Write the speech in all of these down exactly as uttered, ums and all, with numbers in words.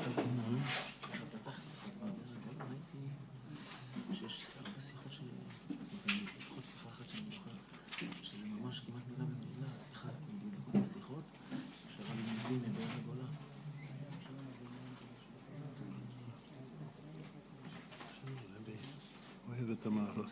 פתחתי קצת באינטרנט, ראיתי שיש הרבה שיחות של... לפחות שיחה אחת שאני זוכר, שזה ממש כמעט מילה במילה, שיחה, בדיוק השיחות, שהרב לימודים מבאר הגולה. אוהב את המערב.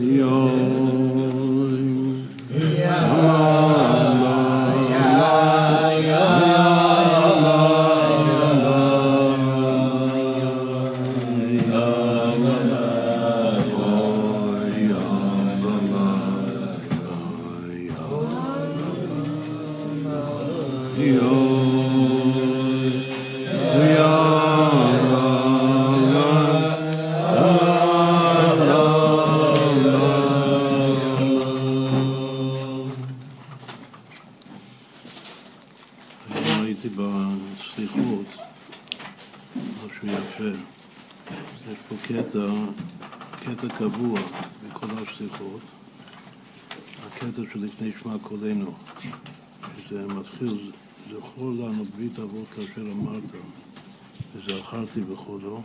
וכולו,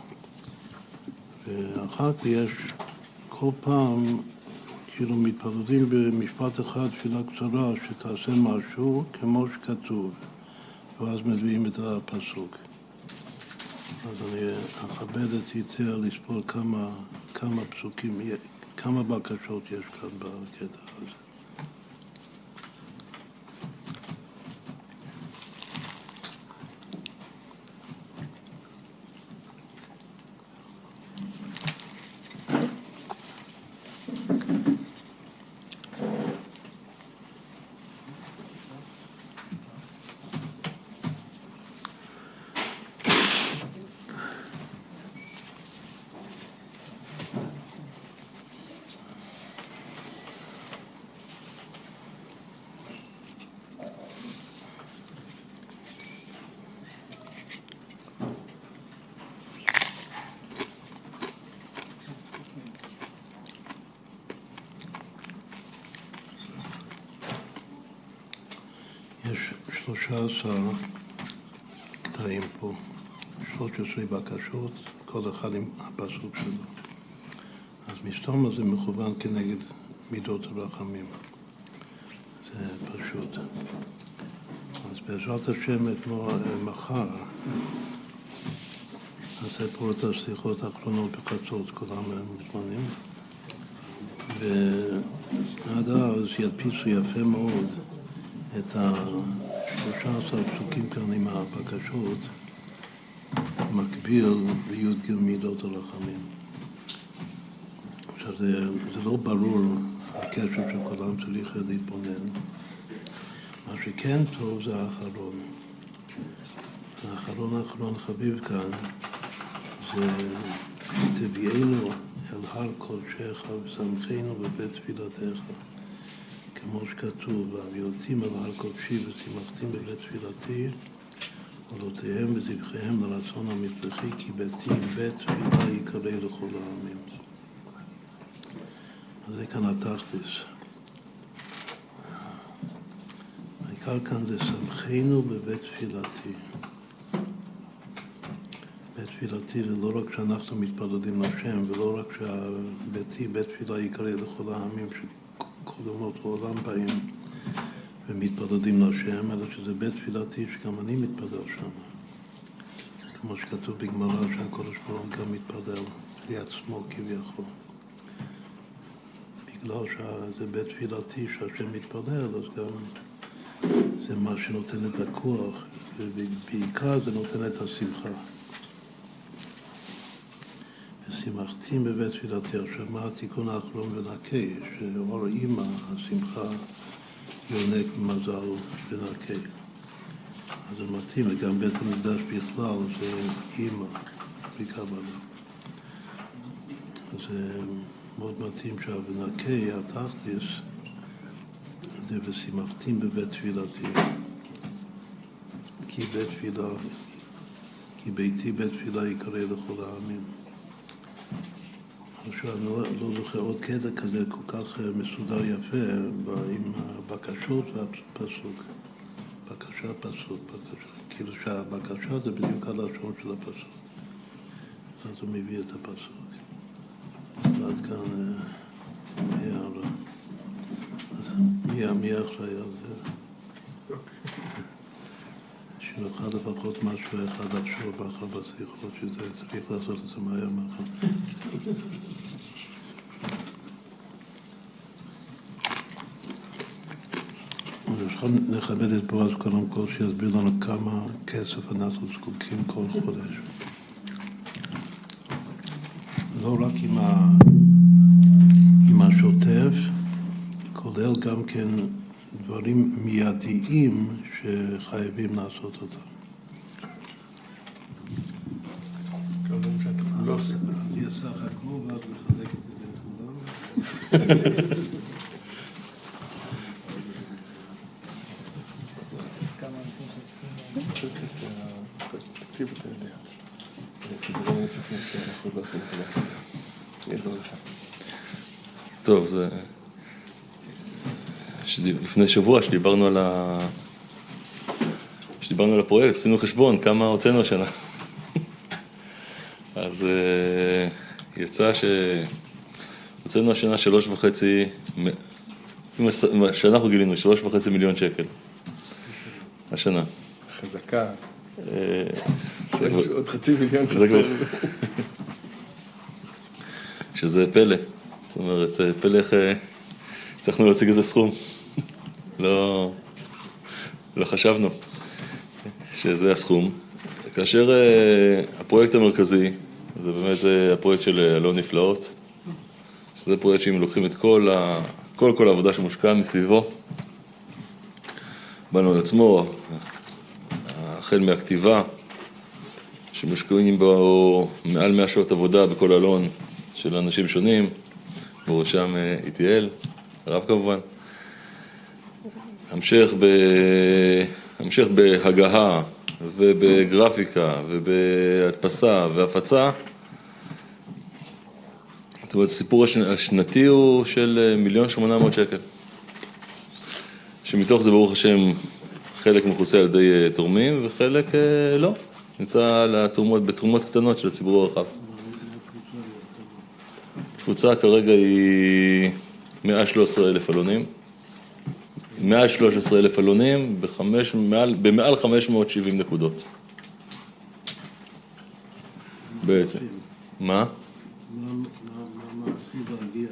ואחר כך יש כל פעם כאילו מתפללים במשפט אחד תפילה קצרה שתעשה משהו כמו שכתוב, ואז מביאים את הפסוק. אז אני אכבד את יצא לספור כמה, כמה פסוקים, כמה בקשות יש כאן בקטע הזה. שלושה עשר קטעים פה, שלוש עשרה בקשות, כל אחד עם הפסוק שלו. אז מסתום הזה מכוון כנגד מידות הרחמים. זה פשוט. אז בעזרת השם אתמול מחר נעשה פה את הסליחות האחרונות בחצות, כולם מוזמנים. ועד אז ידפיסו יפה מאוד את ה-שלושה עשר פסוקים כאן עם הבקשות מקביל לי"ג מידות הרחמים. עכשיו זה, זה לא ברור הקשר של כולם, צריך להתבונן. מה שכן טוב זה האחרון. האחרון האחרון חביב כאן זה תביאנו אל הר קודשך ושמחנו בבית תפילתך. כמו שכתוב, והביאותים על הר קודשי ושימחתים בבית תפילתי, עולותיהם וזבחיהם לרצון המזבחי, כי ביתי בית תפילה יקרא לכל העמים. אז זה כאן התכלס. העיקר כאן זה שמחנו בבית תפילתי. בית תפילתי זה לא רק שאנחנו מתפללים לשם, ולא רק שביתי בית תפילה יקרא לכל העמים, כל אומות העולם באים ומתפללים לשם, אלא שזה בית תפילתי שגם אני מתפלל שם. כמו שכתוב בגמרא שהקדוש ברוך הוא גם מתפלל לעצמו כביכול. בגלל שזה בית תפילתי שהשם מתפלל, אז גם זה מה שנותן את הכוח, ובעיקר זה נותן את השמחה. ושימחתים בבית תפילתי. עכשיו מה התיקון האחרון ונקי, שאור אימא, השמחה יונק במזל ונקי. אז זה מתאים, וגם בית המקדש בכלל זה אימא בקבלה. זה מאוד מתאים שהוונקי, התכלס, זה ושימחתים בבית תפילתי. כי בית תפילה, כי ביתי בית תפילה יקרא לכל העמים. עכשיו, אני לא, לא זוכר עוד קטע כזה כל כך מסודר יפה עם הבקשות והפסוק. בקשה, פסוק, בקשה. כאילו שהבקשה זה בדיוק הלשון של הפסוק. אז הוא מביא את הפסוק. עד כאן הערה. אז מי, מי אחראי על זה? שנוכל לפחות משהו אחד לחשוב באחר בשיחות, שזה צריך לעשות את זה מהר מחר. אפשר לכבד את בועז קודם כל, שיסביר לנו כמה כסף אנחנו זקוקים כל חודש. לא רק עם, ה... עם השוטף, כולל גם כן דברים מיידיים שחייבים לעשות אותם. לא עושים. אני אעשה חכמו ואז מחלק את זה בין כולם. תקציב אתה יודע. דברים נוספים שאנחנו לא עושים ככה. יעזור לך. טוב, זה... לפני שבוע שדיברנו על ה... שדיברנו על הפרויקט, עשינו חשבון כמה הוצאנו השנה. אז יצא שהוצאנו השנה שלוש וחצי, מה שאנחנו גילינו, שלוש וחצי מיליון שקל. השנה. חזקה. עוד חצי מיליון חסר. שזה פלא. זאת אומרת, פלא איך צריכנו להציג איזה סכום. לא, לא חשבנו שזה הסכום. כאשר הפרויקט המרכזי, זה באמת זה הפרויקט של אלון נפלאות, שזה פרויקט שאם לוקחים את כל, ה, כל, כל העבודה שמושקעה מסביבו, באנו על עצמו, החל מהכתיבה, שמושקעים בו מעל מאה שעות עבודה בכל אלון של אנשים שונים, בראשם איטיאל, הרב כמובן. המשך, ב... המשך בהגהה ובגרפיקה ובהדפסה והפצה. זאת אומרת, הסיפור השנתי הוא של מיליון שמונה מאות שקל. שמתוך זה ברוך השם חלק מכוסה על ידי תורמים וחלק לא. נמצא לתרומות, בתרומות קטנות של הציבור הרחב. תפוצה כרגע היא מאה ושלושה עשר אלף אלונים. מאה ושלושה עשר אלף אלונים בחמש, מעל, במעל חמש מאות שבעים נקודות. בעצם. מה? מה התחיל להגיע?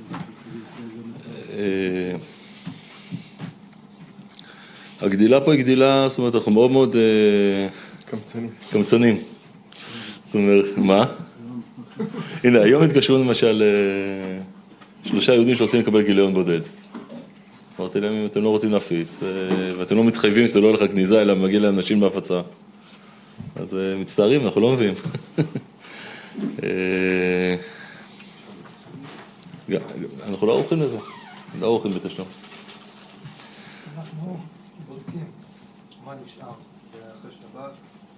הגדילה פה היא גדילה, זאת אומרת, אנחנו מאוד מאוד... קמצנים. קמצנים. זאת אומרת, מה? הנה, היום התקשרו למשל שלושה יהודים שרוצים לקבל גיליון בודד. אמרתי להם, אם אתם לא רוצים להפיץ, ואתם לא מתחייבים שזה לא הולך לגניזה, אלא מגיע לאנשים בהפצה. אז מצטערים, אנחנו לא מביאים. אנחנו לא עורכים לזה, לא עורכים בתשלום. אנחנו בודקים מה נשאר אחרי שבת.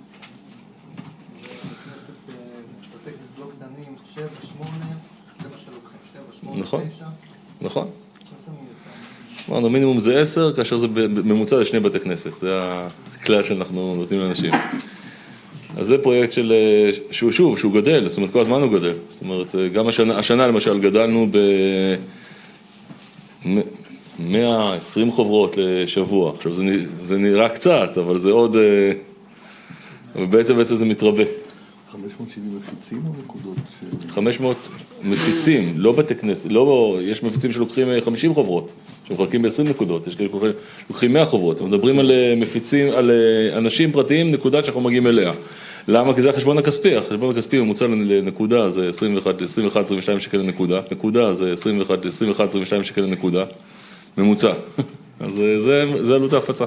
בכנסת בתי כנסת לא קטנים, שבע, שמונה, זה מה שלוקחים, שבע, שמונה, נכון, תשע. נכון. אמרנו, מינימום זה עשר, כאשר זה בממוצע זה שני בתי כנסת, זה הכלל שאנחנו נותנים לאנשים. אז זה פרויקט של, שהוא שוב, שהוא גדל, זאת אומרת, כל הזמן הוא גדל. זאת אומרת, גם השנה, השנה למשל גדלנו ב-מאה ועשרים חוברות לשבוע. עכשיו, זה, זה נראה קצת, אבל זה עוד, ובעצם בעצם זה מתרבה. חמש מאות שבעים מפיצים או נקודות? חמש מאות מפיצים, לא בתי כנסת, לא, יש מפיצים שלוקחים חמישים חוברות, שמחלקים ב-עשרים נקודות, יש כאלה לוקחים מאה חוברות, מדברים על מפיצים, על אנשים פרטיים, נקודה שאנחנו מגיעים אליה. למה? כי זה החשבון הכספי, החשבון הכספי ממוצע לנקודה, זה עשרים ואחת עשרים ושתיים שקל לנקודה, נקודה זה עשרים ואחת עשרים ושתיים שקל לנקודה, ממוצע, אז זה, זה עלות ההפצה.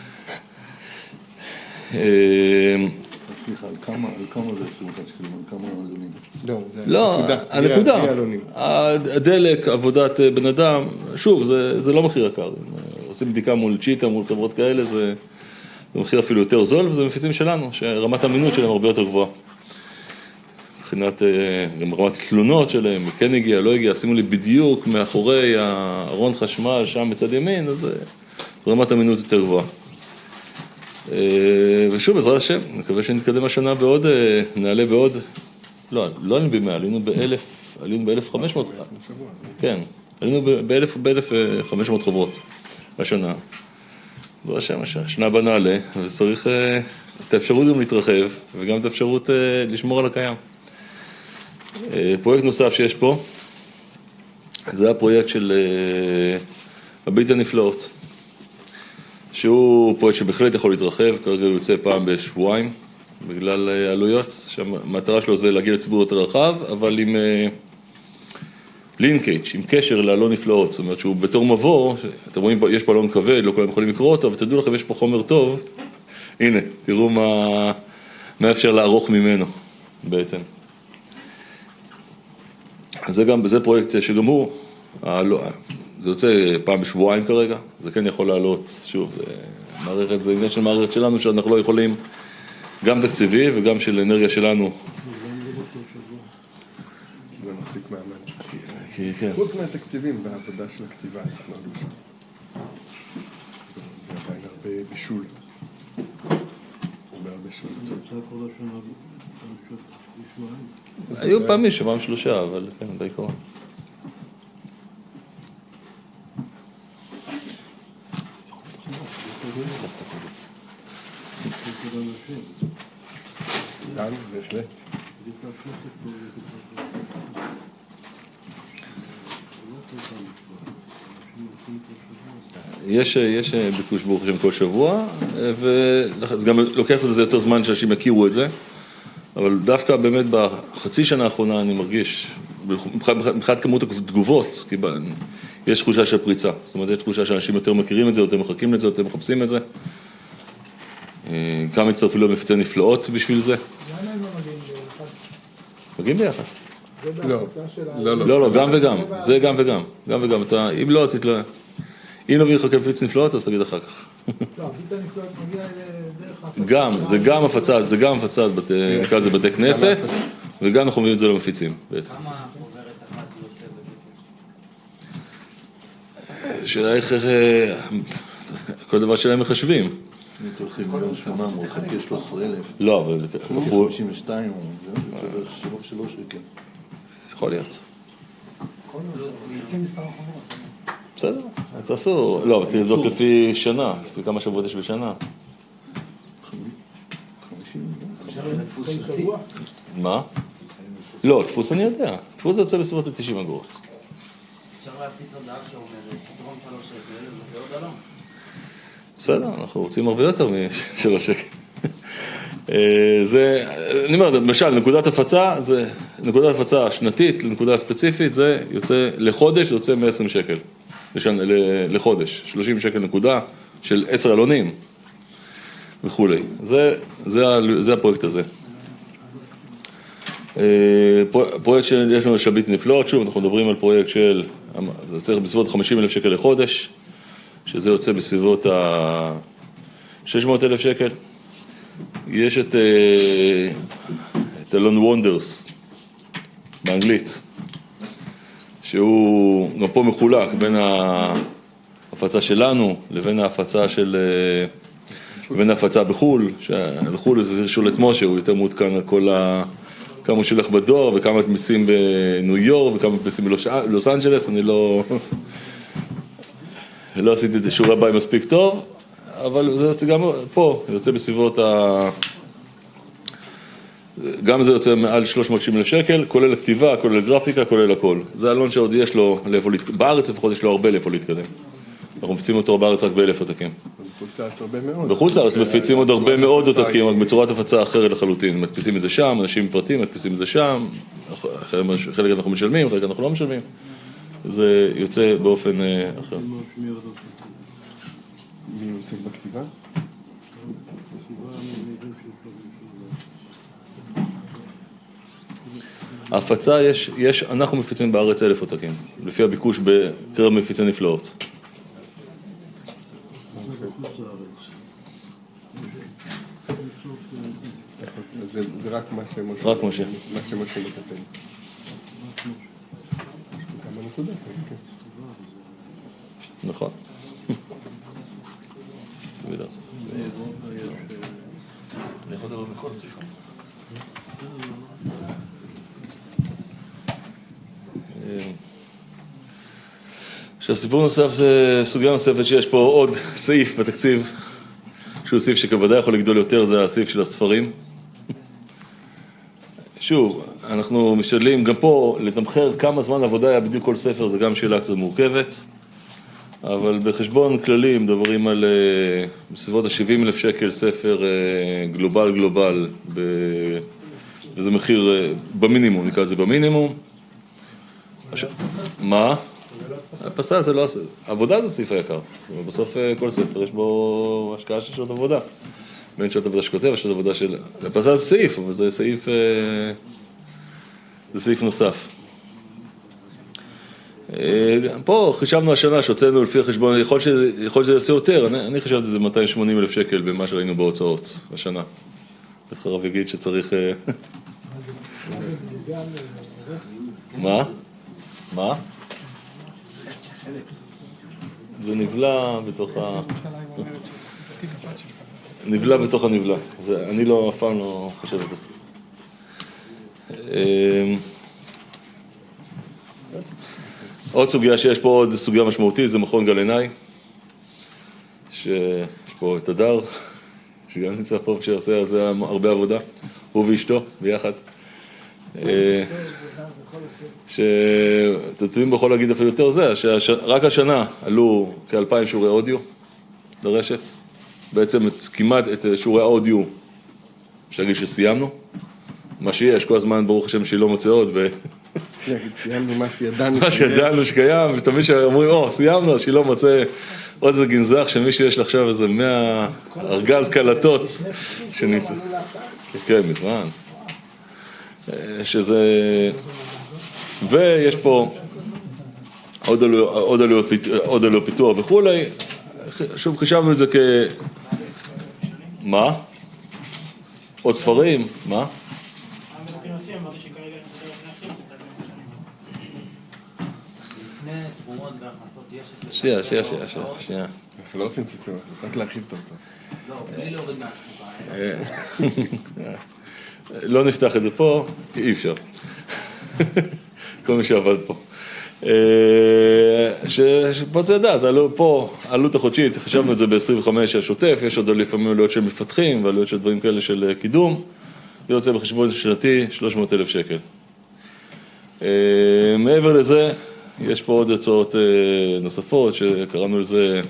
סליחה, על כמה, על כמה זה עשרים ואחת שקלים, על כמה אדונים? לא, הנקודה, הדלק, עבודת בן אדם, שוב, זה, זה לא מחיר יקר, עושים בדיקה מול צ'יטה, מול חברות כאלה, זה, זה מחיר אפילו יותר זול, וזה מפיצים שלנו, שרמת האמינות שלהם הרבה יותר גבוהה. מבחינת, גם רמת תלונות שלהם, כן הגיע, לא הגיע, שימו לי בדיוק מאחורי הארון חשמל, שם בצד ימין, אז זה רמת האמינות יותר גבוהה. ושוב, בעזרת השם, מקווה שנתקדם השנה בעוד, נעלה בעוד, לא, לא עלינו במאה, עלינו באלף, עלינו באלף וחמש מאות, כן, עלינו באלף, באלף וחמש מאות חברות השנה. בעזרת השם, השנה הבאה נעלה, וצריך את האפשרות גם להתרחב, וגם את האפשרות לשמור על הקיים. פרויקט נוסף שיש פה, זה הפרויקט של הבית הנפלאות. שהוא פרויקט שבהחלט יכול להתרחב, כרגע הוא יוצא פעם בשבועיים, בגלל עלויות, שהמטרה שלו זה להגיע לציבור יותר רחב, אבל עם לינקייג', עם קשר לאלון נפלאות, זאת אומרת שהוא בתור מבוא, אתם רואים, יש פה אלון כבד, לא כולם יכולים לקרוא אותו, אבל תדעו לכם, יש פה חומר טוב, הנה, תראו מה, מה אפשר לערוך ממנו, בעצם. אז זה גם, זה פרויקט שגם הוא, זה יוצא פעם בשבועיים כרגע, זה כן יכול לעלות, שוב, זה מערכת, זה עניין של מערכת שלנו, שאנחנו לא יכולים, גם תקציבי וגם של אנרגיה שלנו. זה מחזיק מאמן. כן. חוץ מהתקציבים והעבודה של הכתיבה, אנחנו לא שם. זה עדיין הרבה בישול. הרבה הרבה שעות. היו פעמים שבועיים שלושה, אבל כן, בעיקרון. גם, בהחלט. יש, יש ביקוש ברוך השם כל שבוע, וזה גם לוקח לזה יותר זמן שאנשים יכירו את זה, אבל דווקא באמת בחצי שנה האחרונה אני מרגיש, מבחינת כמות התגובות, כי יש תחושה של פריצה, זאת אומרת, יש תחושה שאנשים יותר מכירים את זה, יותר מחכים לזה, יותר מחפשים את זה. כמה הצטרפו להיות מפיצי נפלאות בשביל זה? למה הם לא מגיעים ביחד? מגיעים ביחד. זה בהקצה של ה... לא, לא. לא, לא, גם וגם, זה גם וגם, גם וגם, אתה, אם לא, רצית לא... אם נביא לך כמפיץ נפלאות, אז תגיד אחר כך. לא, מפיץ הנפלאות מגיע דרך ההפצה. גם, זה גם הפצה, זה גם הפצה, נקרא לזה בתי כנסת, וגם אנחנו מביאים את זה למפיצים, בעצם. כמה עוברת אחת יוצא בבית? שאלה איך, כל דבר שלהם מחשבים. אם עושים מיליון שמה, מורחק יש שלושה עשר אלף. לא, אבל כפול. חמישים ושתיים, זה בערך שלוש שקל. יכול להיות. נרקים מספר החומרות. בסדר, אז תעשו, לא, אבל צריך לבדוק לפי שנה, לפי כמה שבועות יש בשנה. חמישים. כל שבוע? מה? לא, דפוס אני יודע, דפוס זה יוצא בסביבות ל-תשעים אגורות. אפשר להפיץ הודעה שאומרת, תתרום שלוש שקל, זה עוד אלון. בסדר, אנחנו רוצים הרבה יותר משלוש שקל. זה, אני אומר, למשל, נקודת הפצה, זה נקודת הפצה שנתית לנקודה ספציפית, זה יוצא לחודש, זה יוצא מאה ועשרים שקל לחודש, שלושים שקל נקודה של עשר אלונים וכולי. זה, זה, זה הפרויקט הזה. פרויקט שיש לנו שביט נפלאות, שוב, אנחנו מדברים על פרויקט של, זה יוצא בסביבות חמישים אלף שקל לחודש, שזה יוצא בסביבות ה-שש מאות אלף שקל. יש את, את אלון וונדרס באנגלית, שהוא גם פה מחולק בין ההפצה שלנו לבין ההפצה של, לבין ההפצה בחול, שהלכו לזה שולט משה, הוא יותר מעודכן על כל ה... כמה הוא שולח בדואר וכמה מדפיסים בניו יורק וכמה מדפיסים בלוס אנג'לס, אני לא... לא עשיתי את שיעורי הבית מספיק טוב, אבל זה יוצא גם פה, יוצא בסביבות ה... גם זה יוצא מעל שלוש מאות ושבעים אלף שקל, כולל הכתיבה, כולל גרפיקה, כולל הכל. זה אלון שעוד יש לו לאיפה להתקדם, בארץ לפחות יש לו הרבה לאיפה להתקדם. אנחנו מפיצים אותו בארץ רק באלף עותקים. בחוץ לארץ הרבה מאוד. בחוץ לארץ מפיצים עוד הרבה מאוד עותקים, רק בצורת הפצה אחרת לחלוטין. מדפיסים את זה שם, אנשים פרטיים מדפיסים את זה שם, חלק אנחנו משלמים, חלק אנחנו לא משלמים. זה יוצא באופן אחר. מי עוסק בכתיבה? ההפצה יש, יש, אנחנו מפיצים בארץ אלף עותקים, לפי הביקוש בקרב מפיצי נפלאות. זה, זה רק מה שמשה. רק משה. מה שמשה מטפל. כמה נקודות, כן. נכון. אני יכול לדבר מכל צריכה. עכשיו, סיפור נוסף זה סוגיה נוספת שיש פה עוד סעיף בתקציב, שהוא סעיף שכוודאי יכול לגדול יותר, זה הסעיף של הספרים. שוב, אנחנו משתדלים גם פה לתמחר כמה זמן עבודה היה בדיוק כל ספר, זה גם שאלה קצת מורכבת, אבל בחשבון כללי מדברים על בסביבות ה-שבעים אלף שקל ספר גלובל גלובל, וזה מחיר במינימום, נקרא לזה במינימום. מה? הפסל זה לא, עבודה זה סעיף היקר, בסוף כל ספר יש בו השקעה של שעות עבודה, בין שעות עבודה שכותב, שעות עבודה של... הפסל זה סעיף, אבל זה סעיף, זה סעיף נוסף. פה חישבנו השנה שהוצאנו לפי החשבון, יכול שזה יוצא יותר, אני, אני חשבתי שזה מאתיים ושמונים אלף שקל במה שראינו בהוצאות השנה. בטח הרב יגיד שצריך... מה? מה? זה נבלע בתוך ה... נבלע בתוך הנבלע. זה, אני לא, אף פעם לא חושב את זה. עוד סוגיה שיש פה, עוד סוגיה משמעותית, זה מכון גל-עיני, שיש פה את הדר, שגם נמצא פה שעושה על זה הרבה עבודה, הוא ואשתו ביחד. שאתם יכול להגיד אפילו יותר זה, שרק השנה עלו כאלפיים שיעורי אודיו לרשת, בעצם את, כמעט את שיעורי האודיו, אפשר להגיד שסיימנו, מה שיש, כל הזמן ברוך השם שהיא לא מוצא עוד, סיימנו מה שידענו מה שידענו שקיים, ותמיד שאומרים, או, סיימנו, אז שהיא לא מוצא עוד איזה גנזך, שמישהו יש לה עכשיו איזה מאה ארגז קלטות שנמצא. כן, מזמן. שזה... ויש פה עוד עלויות, עוד עלויות, עוד עלויות פיתוח וכולי. שוב, חישבנו את זה כ... מה? עוד ספרים? מה? שנייה, שנייה, שנייה, שנייה. אנחנו לא רוצים ציצור, רק להרחיב את ההוצאות. לא, בלי להוריד מהתקופה. לא נפתח את זה פה, כי אי אפשר. כל מי שעבד פה. שפה צריך לדעת, פה העלות החודשית, חשבנו את זה ב-עשרים וחמש השוטף, יש עוד לפעמים עלויות של מפתחים ועלויות של דברים כאלה של קידום, זה יוצא בחשבון שנתי שלוש מאות אלף שקל. מעבר לזה, יש פה עוד הוצאות נוספות, שקראנו לזה,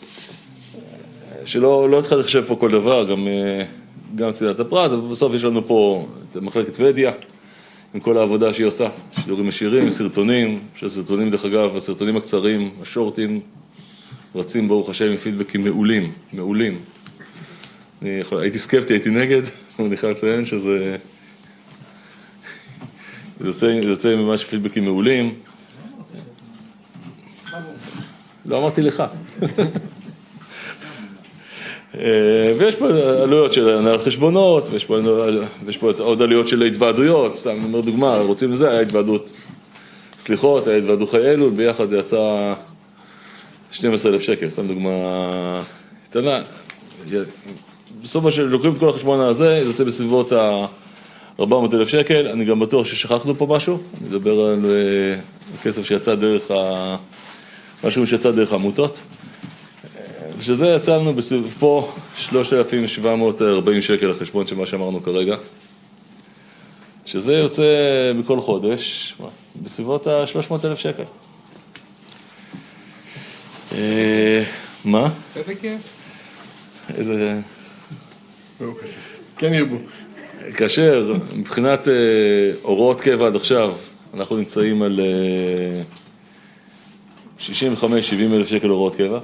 שלא לא התחלתי לחשב פה כל דבר, גם, גם צנעת הפרט, אבל בסוף יש לנו פה את מחלקת ודיה, עם כל העבודה שהיא עושה, שידורים ישירים, סרטונים, שסרטונים דרך אגב, הסרטונים הקצרים, השורטים, רצים ברוך השם עם פידבקים מעולים, מעולים. אני יכול, הייתי סקפטי, הייתי נגד, אני חייב לציין שזה... זה יוצא, זה יוצא ממש פידבקים מעולים. לא אמרתי לך. ויש פה עלויות של הנהלת חשבונות, ויש פה, ויש פה עוד עלויות של התוועדויות, סתם אומר דוגמה, רוצים לזה, היה התוועדות, סליחות, היה התוועדות חיי אלול, ביחד זה יצא שנים עשר אלף שקל, סתם דוגמה קטנה. בסוף שלוקחים את כל החשבון הזה, זה יוצא בסביבות ה-ארבע מאות אלף שקל, אני גם בטוח ששכחנו פה משהו, אני מדבר על כסף שיצא דרך ה... משהו שיצא דרך העמותות. ושזה יצא לנו פה שלושת אלפים שבע מאות וארבעים שקל לחשבון של מה שאמרנו כרגע. שזה יוצא בכל חודש בסביבות ה-שלוש מאות אלף שקל. מה? איזה כיף. איזה... ברוך השם. כן ירבו. כאשר מבחינת הוראות קבע עד עכשיו, אנחנו נמצאים על שישים וחמש שבעים אלף שקל הוראות קבע.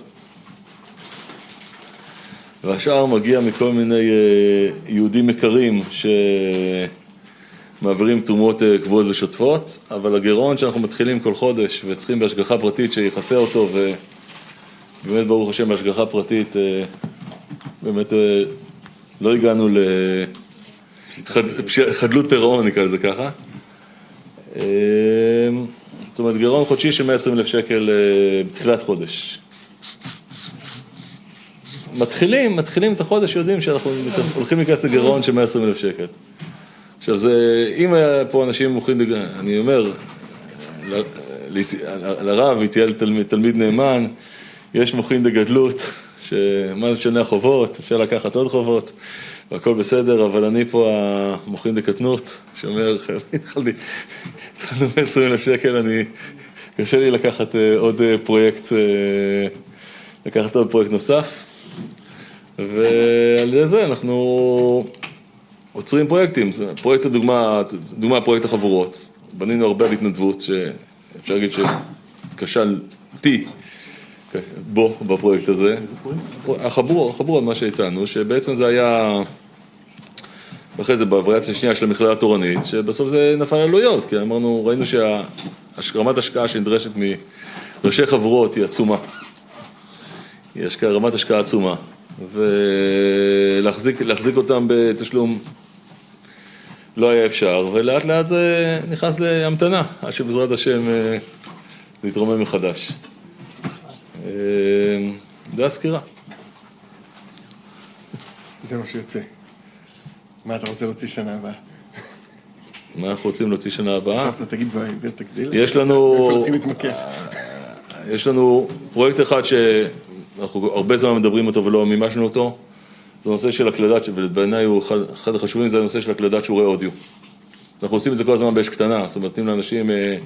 והשאר מגיע מכל מיני יהודים מקרים שמעבירים תרומות קבועות ושוטפות, אבל הגירעון שאנחנו מתחילים כל חודש וצריכים בהשגחה פרטית שיחסה אותו, ובאמת ברוך השם בהשגחה פרטית באמת לא הגענו לחדלות פירעון, נקרא לזה ככה. זאת אומרת, גירעון חודשי של מאה ועשרים אלף שקל בתחילת חודש. מתחילים, מתחילים את החודש, יודעים שאנחנו הולכים להיכנס לגירעון של מאה ועשרים אלף שקל. עכשיו, זה, אם היה פה אנשים מוכנים, אני אומר, לרב, התייעל תלמיד, תלמיד נאמן, יש מוכנים דגדלות, שמה משנה החובות, אפשר לקחת עוד חובות, והכל בסדר, אבל אני פה המוכנים דקטנות, שאומר, התחלנו מאה ועשרים אלף שקל, אני קשה לי לקחת עוד פרויקט, לקחת עוד פרויקט נוסף, ועל ידי זה אנחנו עוצרים פרויקטים. פרויקט הדוגמה, דוגמה פרויקט החבורות. בנינו הרבה על התנדבות, שאפשר להגיד שקשלתי בו, בפרויקט הזה. החבור, החבור על מה שהצענו, שבעצם זה היה, ואחרי זה בווריאציה השנייה של המכללה התורנית, שבסוף זה נפל עלויות, כי אמרנו, ראינו שרמת השקעה שנדרשת מראשי חברות היא עצומה. היא השקעה, רמת השקעה עצומה, ולהחזיק, להחזיק אותם בתשלום לא היה אפשר, ולאט לאט זה נכנס להמתנה, עד שבעזרת השם זה יתרומם מחדש. זה הסקירה. זה מה שיוצא. מה אתה רוצה להוציא שנה הבאה? מה אנחנו רוצים להוציא שנה הבאה? עכשיו אתה תגיד, תגדיל. יש לנו... איפה להתחיל להתמקח? יש לנו פרויקט אחד שאנחנו הרבה זמן מדברים אותו ולא מימשנו אותו. זה נושא של הקלדת, ובעיניי הוא אחד, אחד החשובים, זה הנושא של הקלדת שיעורי אודיו. אנחנו עושים את זה כל הזמן באש קטנה, זאת אומרת, נותנים לאנשים...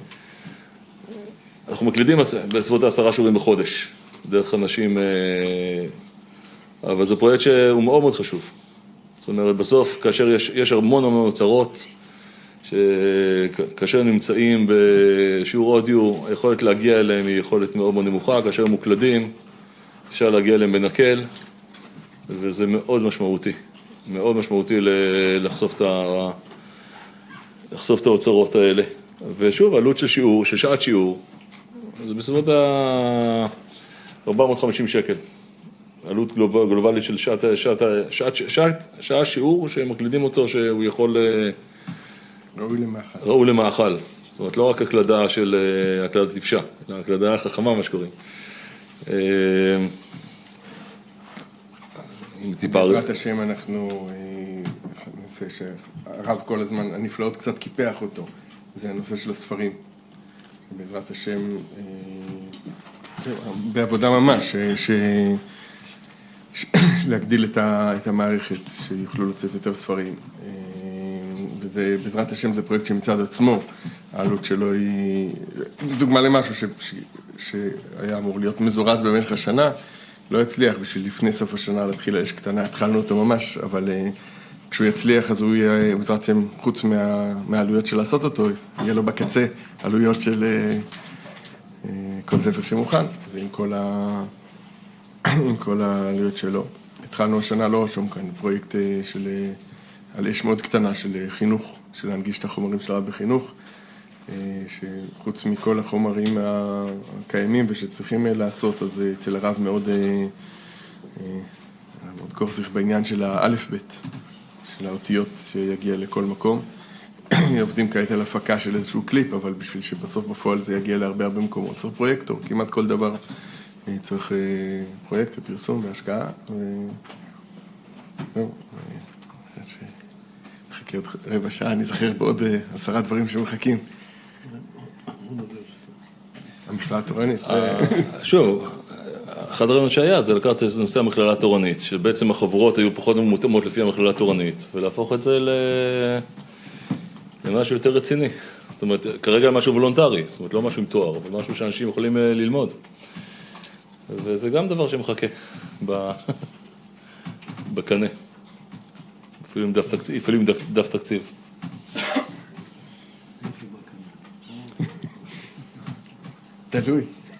אנחנו מקלידים בסביבות העשרה שיעורים בחודש, דרך אנשים... אבל זה פרויקט שהוא מאוד מאוד חשוב. זאת אומרת, בסוף, כאשר יש, יש המון המון אוצרות, שכאשר נמצאים בשיעור אודיו, היכולת להגיע אליהם היא יכולת מאוד מאוד נמוכה, כאשר הם מוקלדים, אפשר להגיע אליהם בנקל, וזה מאוד משמעותי, מאוד משמעותי לחשוף את, ה... לחשוף את האוצרות האלה. ושוב, עלות של שיעור, של שעת שיעור, זה בסביבות ה-ארבע מאות וחמישים שקל. עלות גלובלית של שעת, שעת, שעת, שעת, שעה שיעור שמקלידים אותו שהוא יכול... ראוי למאכל. ראוי למאכל. זאת אומרת, לא רק הקלדה של הקלדה טיפשה, אלא הקלדה החכמה, מה שקוראים. בעזרת השם אנחנו, נושא שהרב כל הזמן, הנפלאות קצת קיפח אותו, זה הנושא של הספרים. בעזרת השם, בעבודה ממש, ש... להגדיל את המערכת, שיוכלו לצאת יותר ספרים. וזה, בעזרת השם, זה פרויקט שמצד עצמו, העלות שלו היא... דוגמה למשהו ש... ש... שהיה אמור להיות מזורז במשך השנה, לא יצליח בשביל לפני סוף השנה להתחיל האש קטנה, התחלנו אותו ממש, אבל כשהוא יצליח אז הוא יהיה, בעזרת השם, חוץ מה... מהעלויות של לעשות אותו, יהיה לו בקצה עלויות של כל ספר שמוכן, זה עם כל ה... עם כל העלויות שלו. התחלנו השנה, לא רשום כאן, פרויקט של, על אש מאוד קטנה של חינוך, של להנגיש את החומרים של הרב בחינוך, שחוץ מכל החומרים הקיימים ושצריכים לעשות, אז אצל הרב מאוד, מאוד כוח בעניין של האלף בית, של האותיות שיגיע לכל מקום. עובדים כעת על הפקה של איזשהו קליפ, אבל בשביל שבסוף בפועל זה יגיע להרבה הרבה מקומות. צריך פרויקטור, כמעט כל דבר. צריך פרויקט ופרסום והשקעה, וזהו, נחכה עוד רבע שעה, אני זכר בעוד עשרה דברים שמחכים. המכללה התורנית. שוב, אחד הרעיונות שהיה, זה לקחת את נושא המכללה התורנית, שבעצם החברות היו פחות מותאמות לפי המכללה התורנית, ולהפוך את זה למשהו יותר רציני. זאת אומרת, כרגע משהו וולונטרי, זאת אומרת, לא משהו עם תואר, אבל משהו שאנשים יכולים ללמוד. וזה גם דבר שמחכה בקנה, אפילו עם דף תקציב, אפילו עם דף תקציב. תלוי.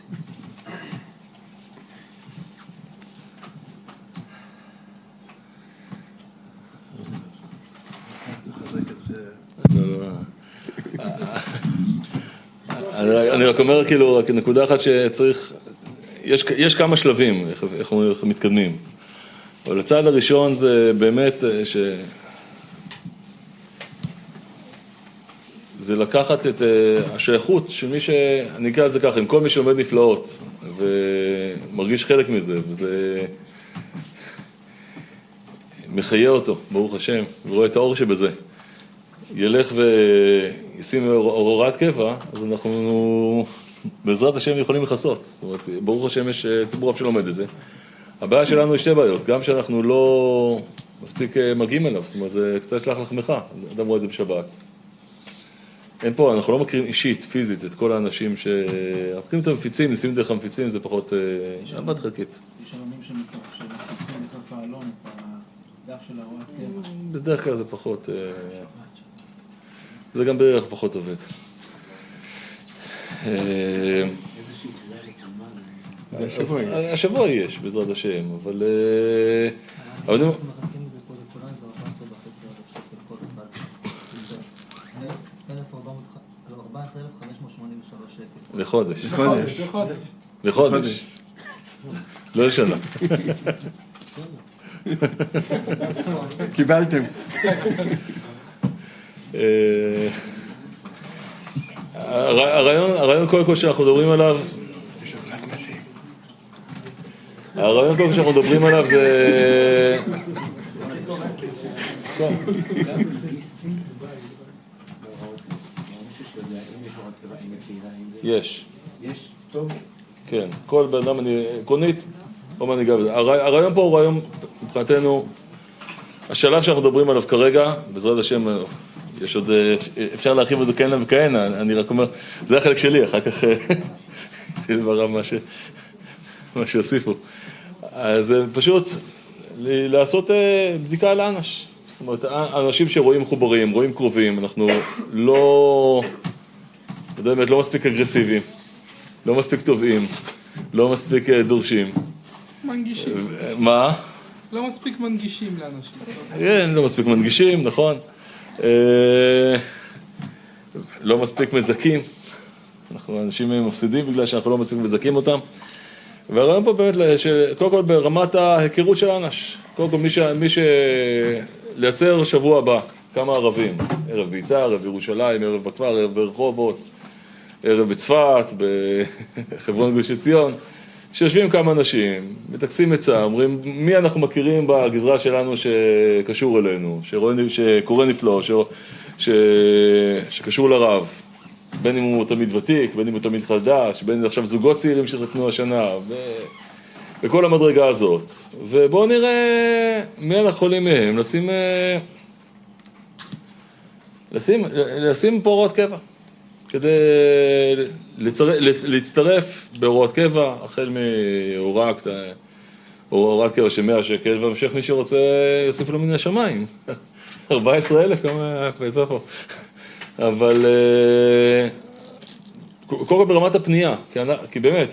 אני רק אומר כאילו, רק נקודה אחת שצריך, יש, יש כמה שלבים, איך, איך, איך מתקדמים. אבל הצעד הראשון זה באמת ש... זה לקחת את השייכות של מי ש... אני אקרא את זה ככה, עם כל מי שלומד נפלאות, ומרגיש חלק מזה, וזה מחיה אותו, ברוך השם, ורואה את האור שבזה. ילך וישים הוראת קבע, אז אנחנו בעזרת השם יכולים לחסות. זאת אומרת, ברוך השם יש ציבור רב שלומד את זה. הבעיה שלנו היא שתי בעיות, גם שאנחנו לא מספיק מגיעים אליו, זאת אומרת, זה קצת שלח לחמך, אדם רואה את זה בשבת. אין פה, אנחנו לא מכירים אישית, פיזית, את כל האנשים ש... אנחנו מכירים את המפיצים, ניסים דרך המפיצים, זה פחות עבד חלקית. יש עלונים שמכניסים בסוף העלון את הדף של ההוראת קבע. בדרך כלל זה פחות... זה גם בערך פחות עובד. זה השבוע יש. השבוע יש, בעזרת השם, אבל... אבל... אנחנו מחלקים את זה פה לכולם, זה ארבע עשרה וחצי אלף שקל כל אחד. ארבע עשרה אלף חמש מאות שמונים ושלוש שקל. לחודש. לחודש. לחודש. לחודש. לא לשנה. קיבלתם. הרעיון, הרעיון קודם כל שאנחנו מדברים עליו, יש עזרת נשים. הרעיון קודם כל שאנחנו מדברים עליו זה... יש. יש, טוב. כן, כל בן אדם עקרונית או מנהיגה. הרעיון פה הוא רעיון, מבחינתנו, השלב שאנחנו מדברים עליו כרגע, בעזרת השם, יש עוד, אפשר להרחיב את זה כהנה וכהנה, אני רק אומר, זה החלק שלי, אחר כך תלברם מה ש... מה שהוסיפו. אז פשוט לעשות בדיקה על האנש. זאת אומרת, אנשים שרואים מחוברים, רואים קרובים, אנחנו לא, באמת, לא מספיק אגרסיביים, לא מספיק טובים, לא מספיק דורשים. מנגישים. מה? לא מספיק מנגישים לאנשים. כן, לא מספיק מנגישים, נכון. לא מספיק מזכים. אנחנו אנשים מפסידים בגלל שאנחנו לא מספיק מזכים אותם. והרעיון פה באמת, קודם כל ברמת ההיכרות של האנש. קודם כל מי ש... מי ש... לייצר שבוע הבא, כמה ערבים. ערב ביצה, ערב ירושלים, ערב בכפר, ערב ברחובות, ערב בצפת, בחברון גוש עציון. שיושבים כמה אנשים, מתקסים עצה, אומרים מי אנחנו מכירים בגזרה שלנו שקשור אלינו, שרואה, שקורא נפלא, ש... ש... שקשור לרב, בין אם הוא תמיד ותיק, בין אם הוא תמיד חדש, בין אם עכשיו זוגות צעירים שחתנו השנה, ו... בכל המדרגה הזאת. ובואו נראה מי אנחנו יכולים מהם, לשים, לשים, לשים פה הוראות קבע. כדי להצטרף בהוראות קבע, החל מהוראת קבע של מאה שקל, והמשך מי שרוצה יוסיף לו מן השמיים. ארבעה עשר אלף, כמה יצא פה. אבל קודם כל ברמת הפנייה, כי באמת,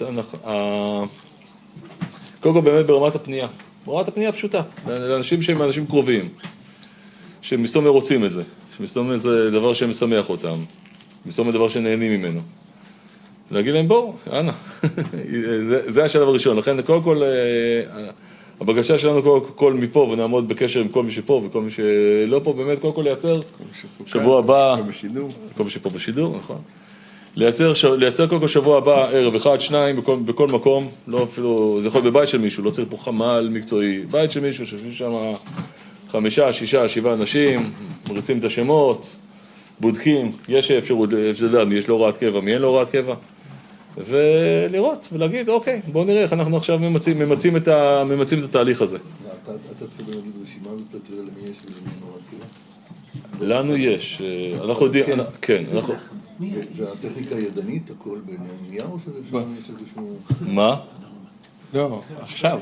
קודם כל באמת ברמת הפנייה. ברמת הפנייה פשוטה, לאנשים שהם אנשים קרובים, שמסתום רוצים את זה, שמסתום זה דבר שמשמח אותם. מסתום דבר שנהנים ממנו. להגיד להם בואו, אנא. זה, זה השלב הראשון. לכן כל כל, הבקשה שלנו כל, כל מפה, ונעמוד בקשר עם כל מי שפה וכל מי שלא פה, באמת כל כל לייצר שבוע הבא. כל מי שפה בשידור, נכון. לייצר, לייצר כל כל שבוע הבא, ערב אחד, שניים, בכל, בכל מקום, לא אפילו, זה יכול בבית של מישהו, לא צריך פה חמ"ל מקצועי, בית של מישהו שיושבים שם חמישה, שישה, שבעה אנשים, מריצים את השמות, בודקים, יש אפשרות, לדעת מי יש לו הוראת קבע, מי אין לו הוראת קבע, ולראות, ולהגיד, אוקיי, בואו נראה איך אנחנו עכשיו ממצים, ממצים, את, ה, ממצים את התהליך הזה. אתה תתחיל להגיד רשימה ואתה תראה למי יש ולמי אין הוראת קבע? לנו יש, אנחנו יודעים, כן, אנחנו... והטכניקה הידנית, הכל בנייר או שזה איזשהו... מה? לא, עכשיו.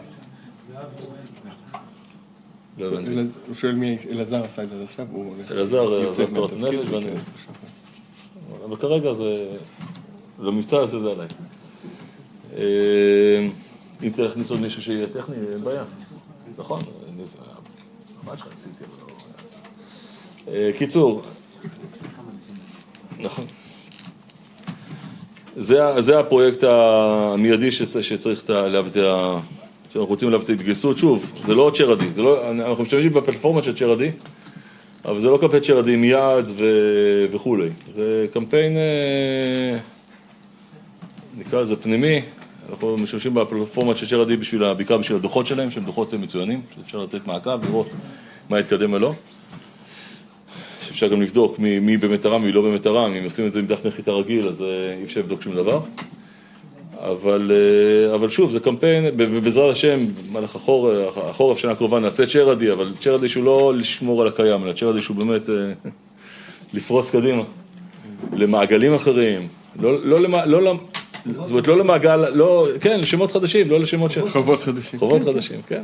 לא הבנתי. הוא שואל מי אלעזר עשה את זה עכשיו, הוא אלעזר, עזב תורת נפש ואני... אבל כרגע זה... למבצע הזה זה עליי. אם צריך להכניס עוד מישהו שיהיה טכני, אין בעיה. נכון? מה שלך עשיתי? קיצור. נכון. זה הפרויקט המיידי שצריך להביא... אנחנו רוצים להביא את ההתגייסות, שוב, זה לא צ'רדי, אנחנו משתמשים בפלטפורמה של צ'רדי, אבל זה לא קמפיין צ'רדי עם יד וכו'. זה קמפיין, נקרא לזה פנימי, אנחנו משתמשים בפלטפורמה של צ'רדי בעיקר בשביל הדוחות שלהם, שהם דוחות מצוינים, שאפשר לתת מעקב, לראות מה יתקדם ולא. שאפשר גם לבדוק מי, מי באמת תרם ומי לא באמת תרם, אם עושים את זה עם דף נחיתה רגיל, אז אי אפשר לבדוק שום דבר. אבל, אבל שוב, זה קמפיין, ובעזרת השם, במהלך החורף, החורף שנה הקרובה נעשה צ'רדי, אבל צ'רדי שהוא לא לשמור על הקיים, אלא צ'רדי שהוא באמת לפרוץ קדימה. למעגלים אחרים, לא, לא, לא, לא, זאת אומרת, לא למעגל, לא, כן, לשמות חדשים, לא לשמות של... חובות חדשים. חובות חדשים, כן.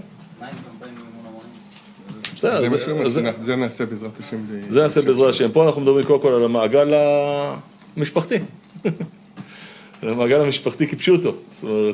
בסדר, זה מה שאומר, זה נעשה בעזרת השם. זה נעשה בעזרת השם. פה אנחנו מדברים קודם כל על המעגל המשפחתי. על המעגל המשפחתי כפשוטו. זאת אומרת...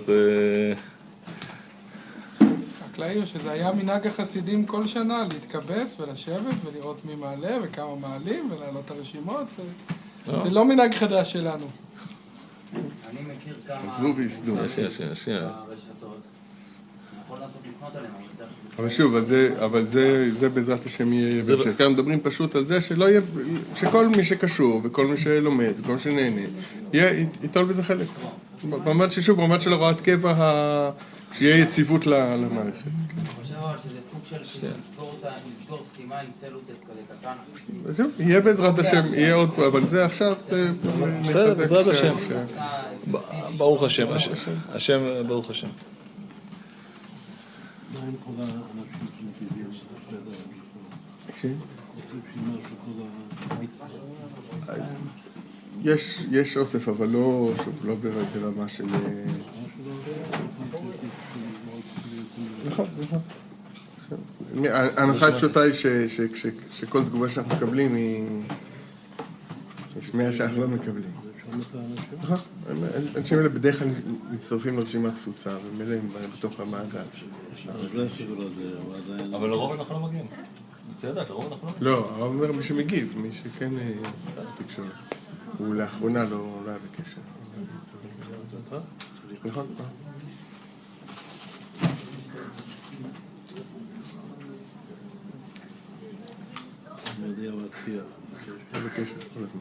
הכללי הוא שזה היה מנהג החסידים כל שנה להתקבץ ולשבת ולראות מי מעלה וכמה מעלים ולהעלות את הרשימות. זה לא מנהג חדש שלנו. אני מכיר כמה... עזבו ויסדו. שנייה, שנייה, שנייה. ברשתות. אני יכול לעשות לפנות עליהם, אבל צריך... אבל שוב, אבל זה בעזרת השם יהיה... כאן מדברים פשוט על זה שלא יהיה... שכל מי שקשור וכל מי שלומד וכל מי שנהנה, ייטול בזה חלק. במובן ששוב, במובן של הוראת קבע, שיהיה יציבות למערכת. אני חושב אבל שזה סוג של לסגור סתימה עם סלוטט כזה קטן. יהיה בעזרת השם, יהיה עוד פה, אבל זה עכשיו, זה... בסדר, בעזרת השם. ברוך השם, השם, ברוך השם. מה עם כל האנשים שמגיעים לסדר? כן. כל ה... יש, יש אוסף, אבל לא, שוב, לא ברמה של... נכון, נכון. ההנחה הפשוטה היא שכל תגובה שאנחנו מקבלים היא... יש מאה שאנחנו לא מקבלים. נכון, אנשים האלה בדרך כלל מצטרפים לרשימת תפוצה ומלאים בתוך המעגל. אבל לרוב אנחנו לא מגיעים. רוצה לדעת, לרוב אנחנו לא מגיעים. לא, הרב אומר מי שמגיב, מי שכן תקשורת. הוא לאחרונה לא היה בקשר. נכון? אני יודע להציע. בקשר, כל הזמן.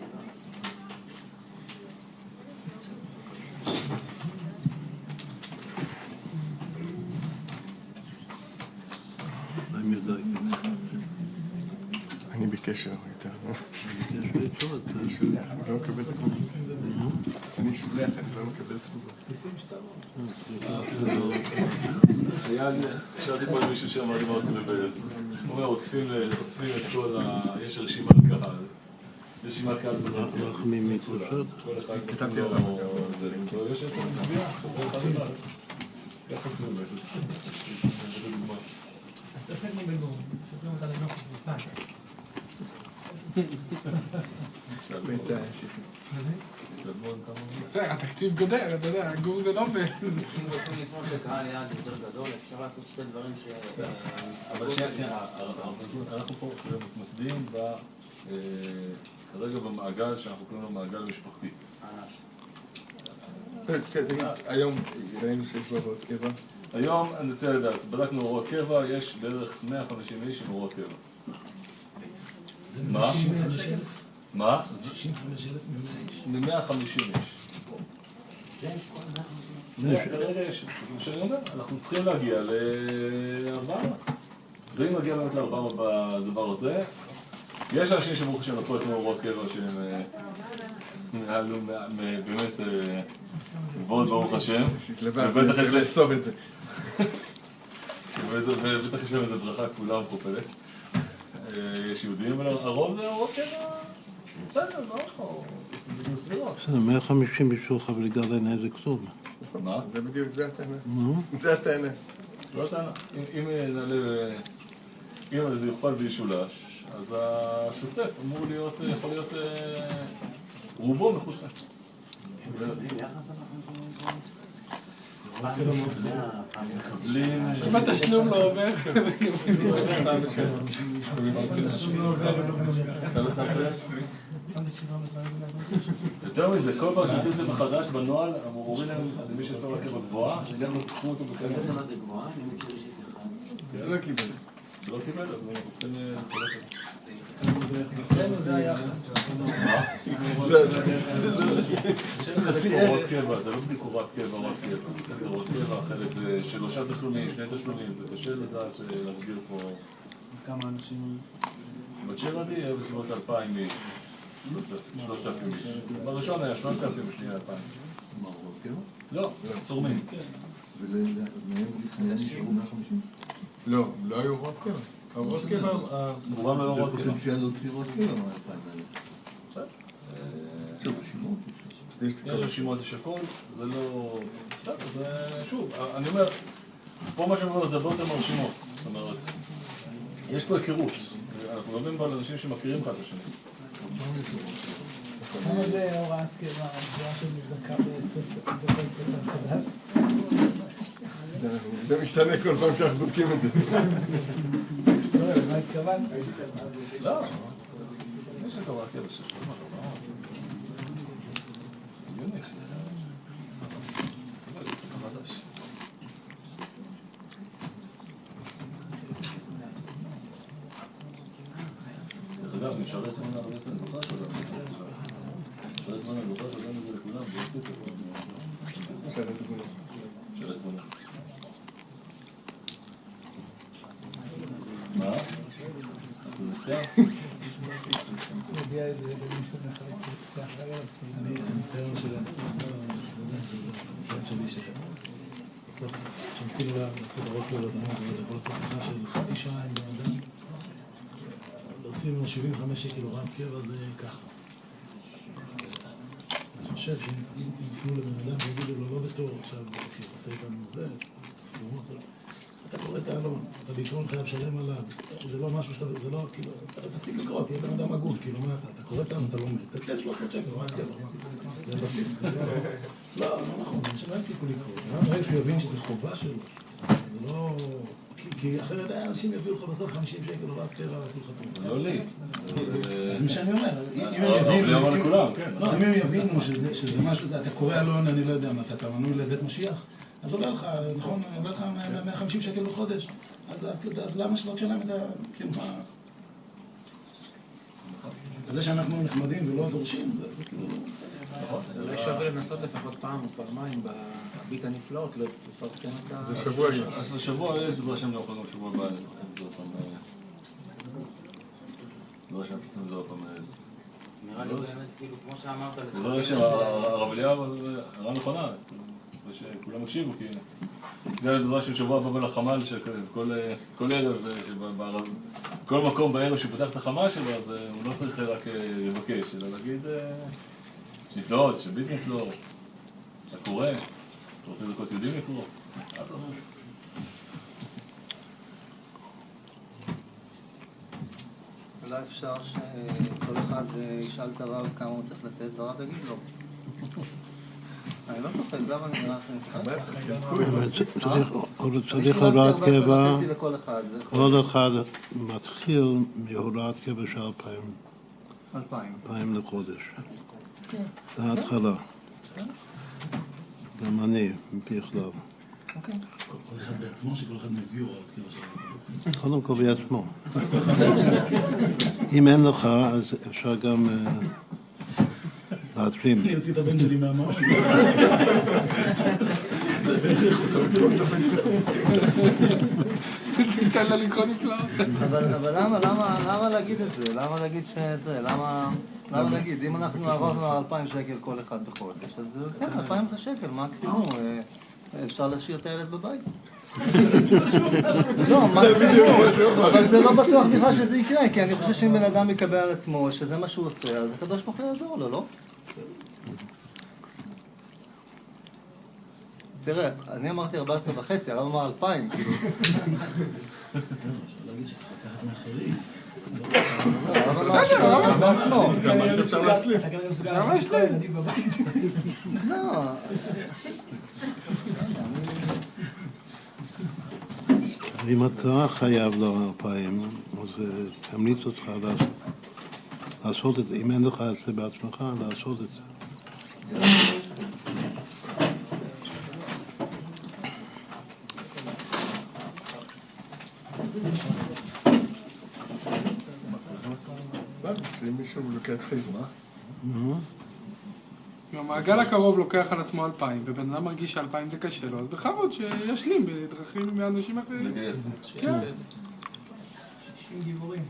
אני יודע. אני בקשר איתה. אני בקשר איתו, אתה שולח, אני לא מקבל תגובה. אני שולח, אני לא מקבל תגובה. היה לי, שאלתי פה עם מישהו שאמר לי מה עושים בבייס. הוא אומר, אוספים את כל ה... יש רשימת קהל. רשימת קהל פוטנציאל. רחמים מתחושות. כל אחד כתבתי עליו. יש איזה מצביע, כל אחד אחד. ככה עושים בבייס. זה דוגמה. תעסק מבגור, תקראים אותה לנוח בשתיים. בסדר, התקציב גודל, אתה יודע, הגור זה לא ב... אם רוצים לפנות לקהל יעד יותר גדול, אפשר לעשות שתי דברים ש... אבל שנייה, שנייה, אנחנו פה מתמקדים כרגע במעגל שאנחנו קוראים לו מעגל משפחתי. היום ראינו שיש בהוראות קבע. היום, אני רוצה לדעת, בדקנו הוראות קבע, יש בערך מאה וחמישים איש עם הוראות קבע. מה? מה? שישים וחמישה אלף מ-מאה וחמישים איש. כרגע יש, זה מה שאני אומר, אנחנו צריכים להגיע ל-ארבע מאות. ואם נגיע באמת ל-ארבע מאות בדבר הזה, יש אנשים שברוך השם לקחו את הוראות קבע שהם נהלו באמת גבוהות ברוך השם. ובטח יש לאסוף את זה. ובטח יש להם איזו ברכה כפולה ומכופלת. יש יהודים, אבל הרוב זה הוראות קבע. בסדר, לא, זה סבירות. בסדר, מאה וחמישים בשביל חבליגה לעיני זה כתוב. מה? זה בדיוק, זה הטענה. זה הטענה. לא הטענה. אם נעלה, אם זה יוכפל וישולש, אז השוטף אמור להיות, יכול להיות רובו מחוסן. אם התשלום לא עובר... יותר מזה, כל פעם שעושים את זה מחדש בנוהל, אמורים להם, למי שטוב לקב הגבוהה, שגם לא תקחו אותו בכלל. לא קיבל. לא קיבל, אז אנחנו צריכים לחלק את זה. אצלנו זה היה... זה ביקורות קבע, זה לא ביקורת קבע, רק קבע. ביקורות קבע, חלק זה שלושה תשלומים, שני תשלומים, זה קשה לדעת להגדיר פה... כמה אנשים... בצ'רדי היה בסביבות אלפיים איש. שלושת אלפים איש. בראשון היה שלושת אלפים, בשנייה אלפיים. מה, הוראות קבע? לא, צורמים. ולמהם נשארו מאה וחמישים? לא, לא היו הוראות קבע. הוראות קבע... רובם לא הוראות זה קבע. פוטנציאל להוציא הוראות קבע מה אלפיים האלה. יש רשימות, יש הכל, זה לא... בסדר, זה... שוב, אני אומר, פה מה שאני אומר זה הרבה יותר מרשימות. זאת אומרת, יש פה היכרות. אנחנו מדברים על אנשים שמכירים אחד את השני. כמה זה הוראת קבע, הגבוהה של מזדקה בספר, בכל ספר חדש? זה משתנה כל פעם שאנחנו בודקים את זה. לא, מה התכוונת? לא, יש את הוראת קבע של כל מה לא. הגיוני. אבל זה ספר חדש. אגב, נשאר את זמן הרבה סנט, זוכר שלא? נשאר את זמן זוכר שלא נזה לכולם, זה יחתית את זה. נשאר את זמן. מה? זה נסתר? הוא הגיע את זה למישהו מחלק שאחראי על זה. הניסיון של הניסיון שלי שבסוף, כשניסינו לעשות הרוב פעולות, אתה יכול לעשות שיחה של חצי שעה עם בן אדם. להוציא ממנו שבעים וחמש שקל הוראת קבע זה ככה. אני חושב שאם יפנו לבן אדם ויגידו לו לא בתור עכשיו, כי הוא עושה איתנו זה, אתה קורא את העלון, אתה בעיקרון חייב שלם עליו, זה לא משהו שאתה, זה לא, כאילו, אתה תפסיק לקרוא, תהיה בן אדם הגון, כאילו, מה אתה, אתה קורא את העלון, אתה לומד, תצא שלוש מאות שקל, הוראת קבע, זה בסיס, זה לא, לא, לא נכון, אנשים לא יפסיקו לקרוא, ברגע שהוא יבין שזה חובה שלו, זה לא... כי אחרת אנשים יביאו לך בסוף חמישים שקל הוראת קבע ועשו לך טוב. זה לא לי. זה מה שאני אומר, אם הם יבינו שזה משהו, אתה קורא עלון, אני לא יודע מה, אתה מנוי לבית משיח, אז עולה לך, נכון, עולה לך מאה וחמישים שקל בחודש, אז למה שלא תשלם את ה... כאילו מה... זה שאנחנו נחמדים ולא דורשים, זה כאילו... אולי שווה לנסות לפחות פעם או פעמיים בביט הנפלאות, לפרסם את ה... זה שבוע יש. אז לשבוע יש, זה השם לא יכול גם שבוע הבא, לפרסם את זה עוד פעם. זה השם לפרסם את זה עוד פעם. נראה לי באמת, כאילו, כמו שאמרת... זה השם, הרב אליהו, הרב נכונה, ושכולם הקשיבו, כי... זה בעזרה של שבוע הבא לחמ"ל, שכל ערב, כל מקום בערב שהוא פותח את החמ"ל שלו, אז הוא לא צריך רק לבקש, אלא להגיד שנפלאות, שביט נפלאות, אתה קורא, אתה רוצה דקות יודעים לקרוא, אל תרמוס. אולי אפשר שכל אחד ישאל את הרב כמה הוא צריך לתת, והרב יגיד לו. אני לא צוחק, למה אני נראה לכם משחק? צריך הוראת קבע, כל אחד מתחיל מהוראת קבע של אלפיים. אלפיים. אלפיים לחודש. זה ההתחלה. גם אני, בכלל. כל אחד בעצמו שכל אחד מביא הוראות קבע שלו. קודם כל בעצמו. אם אין לך, אז אפשר גם... להתרים. אני אוציא את הבן שלי מהמעון. תיתן לה לקרוא נפלאות. אבל למה להגיד את זה? למה להגיד שזה? למה להגיד? אם אנחנו עברנו אלפיים שקל כל אחד בחודש, אז זה יוצא אלפיים שקל מקסימום. אפשר להשאיר את הילד בבית. לא, מקסימום. אבל זה לא בטוח בכלל שזה יקרה, כי אני חושב שאם בן אדם יקבל על עצמו שזה מה שהוא עושה, אז הקדוש ברוך הוא יעזור לו, לא? תראה, אני אמרתי ארבע עשרה וחצי, הרב אמר אלפיים, כאילו. אפשר להגיד שצריך לקחת מאחרים. הרב אמר בעצמו. אפשר להשלים. אתה גם מסוגל להשלים כל ילדים בבית. לא. אם אתה חייב לו אלפיים, אז תמליץ אותך לעשות את זה. אם אין לך את זה בעצמך, לעשות את זה. אם מישהו לוקח חיבה. המעגל הקרוב לוקח על עצמו אלפיים, ובן אדם מרגיש שאלפיים זה קשה לו, אז בכבוד שישלים בדרכים מאנשים אחרים. לגייס. כן. שישים גיבורים.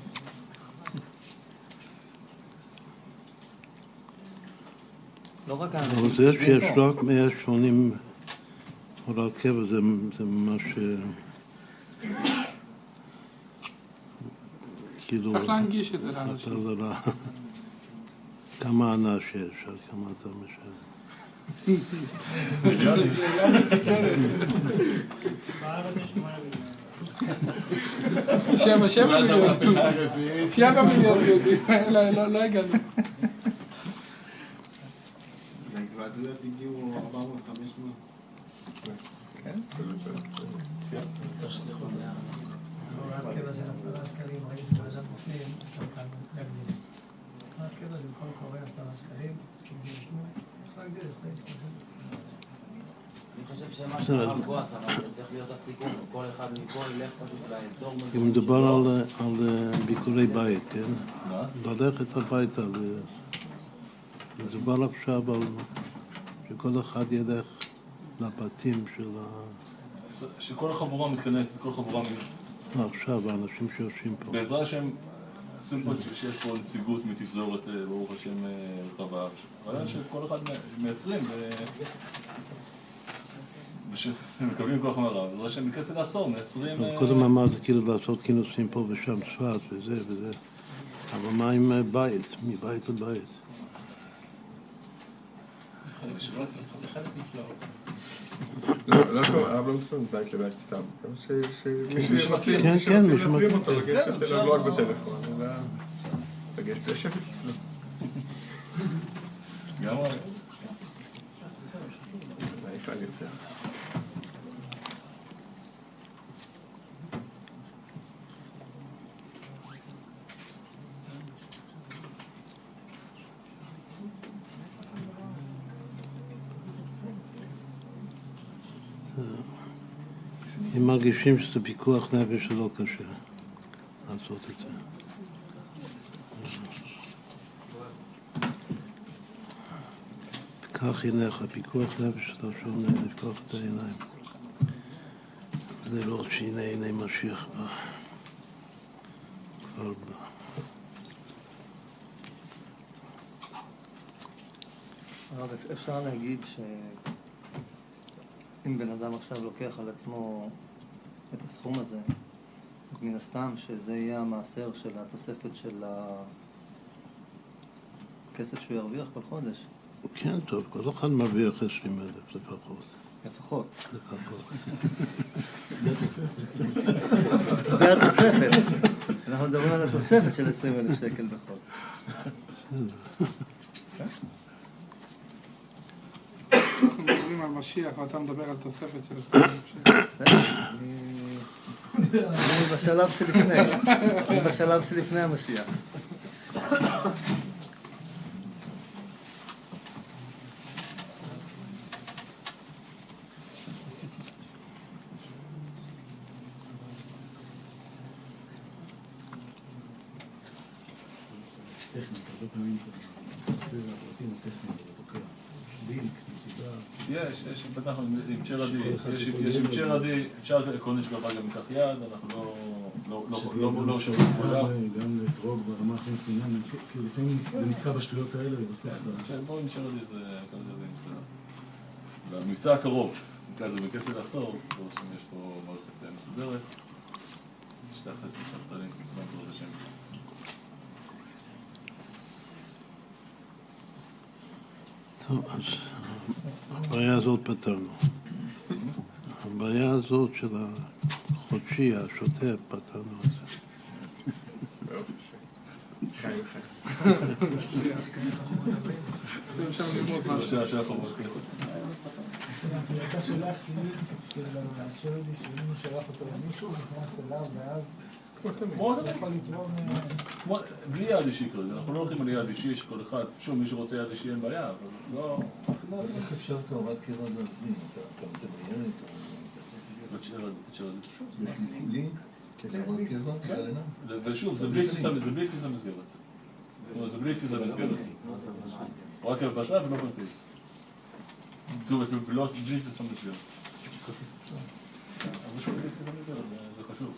לא רק אבל זה שיש רק מאה ושמונים הוראת קבע, זה ממש... כאילו... צריך להנגיש את זה לאנשים. כמה ענה שיש, כמה אתה משל. שאלה מסוכנת. שבע, שבע מיליון. שבע מיליון יהודים. לא הגענו. בהתוועדויות הגיעו ארבע מאות חמש מאות. כן? צריך שליחות היה. רק קטע של עשרה שקלים, ראיתי את האדם בפנים, עכשיו כאן להגדיל. רק קטע של כל קורא עשרה שקלים, צריך להגדיל את זה. אני חושב שמה שהרב גואט אמר, זה צריך להיות הסיכום, כל אחד מפה ילך פשוט לאזור מזור. אם מדובר על ביקורי בית, כן? ללכת הביתה, מדובר עכשיו על שכל אחד ילך לבתים של ה... שכל החבורה מתכנסת, כל החבורה... עכשיו, האנשים שיושבים פה. בעזרה שהם עושים פה שיש פה נציגות מתפזורת, ברוך השם, רחבה. רעיון שכל אחד מייצרים ושמקבלים כוח מהרב. בעזרה שהם מתכנסת לעשור, מייצרים... קודם אמרת כאילו לעשות כינוסים פה ושם, צפת וזה וזה. אבל מה עם בית? מבית לבית? לחלק נפלאות. לא, לא, הרב לא מתכוון בית לבית סתם. שמי שרוצים להטרים אותו, לגשת אליו לא רק בטלפון, אלא לגשת לשבת אצלו. גם רואה. זה נפעל יותר. אם מרגישים שזה פיקוח נפש שלא קשה לעשות את זה. כך עיניך, פיקוח נפש שאתה שונה, לפקוח את העיניים. זה לא שהנה עיני משיח בא. כבר בא. הרב, אפשר להגיד ש... אם בן אדם עכשיו לוקח על עצמו את הסכום הזה, אז מן הסתם שזה יהיה המעשר של התוספת של הכסף שהוא ירוויח כל חודש. כן, טוב, כל אחד מרוויח עשרים אלף לפחות. לפחות. לפחות. זה התוספת. זה התוספת. אנחנו מדברים על התוספת של עשרים אלף שקל בחודש. בסדר. אנחנו מדברים על משיח, ואתה מדבר על תוספת של עשרים אלף שקל. אני בשלב שלפני, אני בשלב שלפני המשיח. טכנית, הרבה פעמים חסר הפרטים הטכניים, זה תוקע. לינק, מסודר. יש, יש, פתחנו עם צ'רדי, יש עם צ'רדי, אפשר עקרונית שגבה גם מכך יד, אנחנו לא, לא, לא, לא שומעים כולה. גם לטרוג ברמה הכי מסוימת, כי לפעמים זה נתקע בשטויות האלה ובסדר. בואו עם צ'רדי זה כזה זה בסדר. למבצע הקרוב, נקרא זה בכסל עשור, יש פה מערכת מסודרת. נשלח את משלחת הלינק, בעזרת השם. טוב, אז הבעיה הזאת פתרנו. הבעיה הזאת של החודשי, השוטף, פתרנו את זה. חיים חיים. אפשר ללמוד משהו. אתה שולח לי, שואל לי שאם הוא שלח אותו למישהו, נכנס אליו ואז... כמו בלי יד אישי כזה, אנחנו לא הולכים על יד אישי שכל אחד, שוב מי שרוצה יד אישי אין בעיה, אבל לא... איך אפשר תאורת קבע להזמין? אתה מדמיין את זה לינק? תאורת קבע? ושוב, זה בלי פיסה מסגרת. זה בלי פיסה מסגרת. רק בשלב ולא פרטיס. בלי פיסה מסגרת. אבל שוב, בלי פיסה מסגרת, זה חשוב.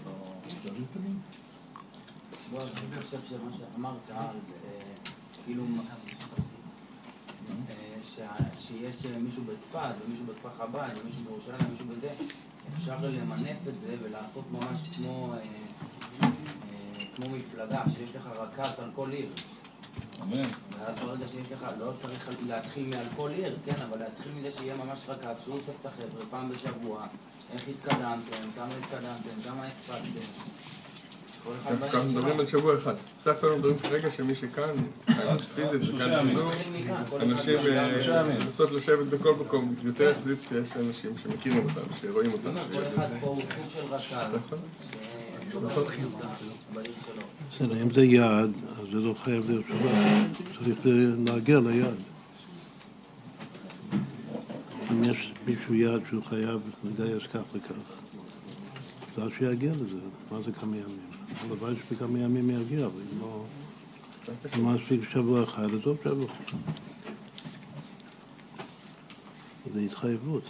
אני חושב שמה שאמר צהל, כאילו שיש מישהו בצפת ומישהו בכפר חב"ד ומישהו בירושלים ומישהו בזה, אפשר למנף את זה ולעשות ממש כמו כמו מפלגה, שיש לך רכז על כל עיר. אמן. ואז ברגע שיש לך, לא צריך להתחיל מעל כל עיר, כן, אבל להתחיל מזה שיהיה ממש רקב, שהוא אוסף את החבר'ה פעם בשבוע, איך התקדמתם, כמה התקדמתם, כמה הספקתם. אנחנו מדברים על שבוע אחד. בסך הכל מדברים כרגע שמי שכאן, פיזית וכאן חינוך, אנשים לנסות לשבת בכל מקום, יותר יחזית שיש אנשים שמכירים אותם, שרואים אותם. כל אחד פה הוא סוג של רקב. בסדר, אם זה יעד, אז זה לא חייב להיות שבוע, צריך להגיע ליעד. אם יש מישהו יעד שהוא חייב לגייס כך וכך, אז שיגיע לזה, מה זה כמה ימים? הלוואי שבכמה ימים יגיע, אבל אם לא... אם מספיק שבוע אחד, אז עוד שבוע. זה התחייבות.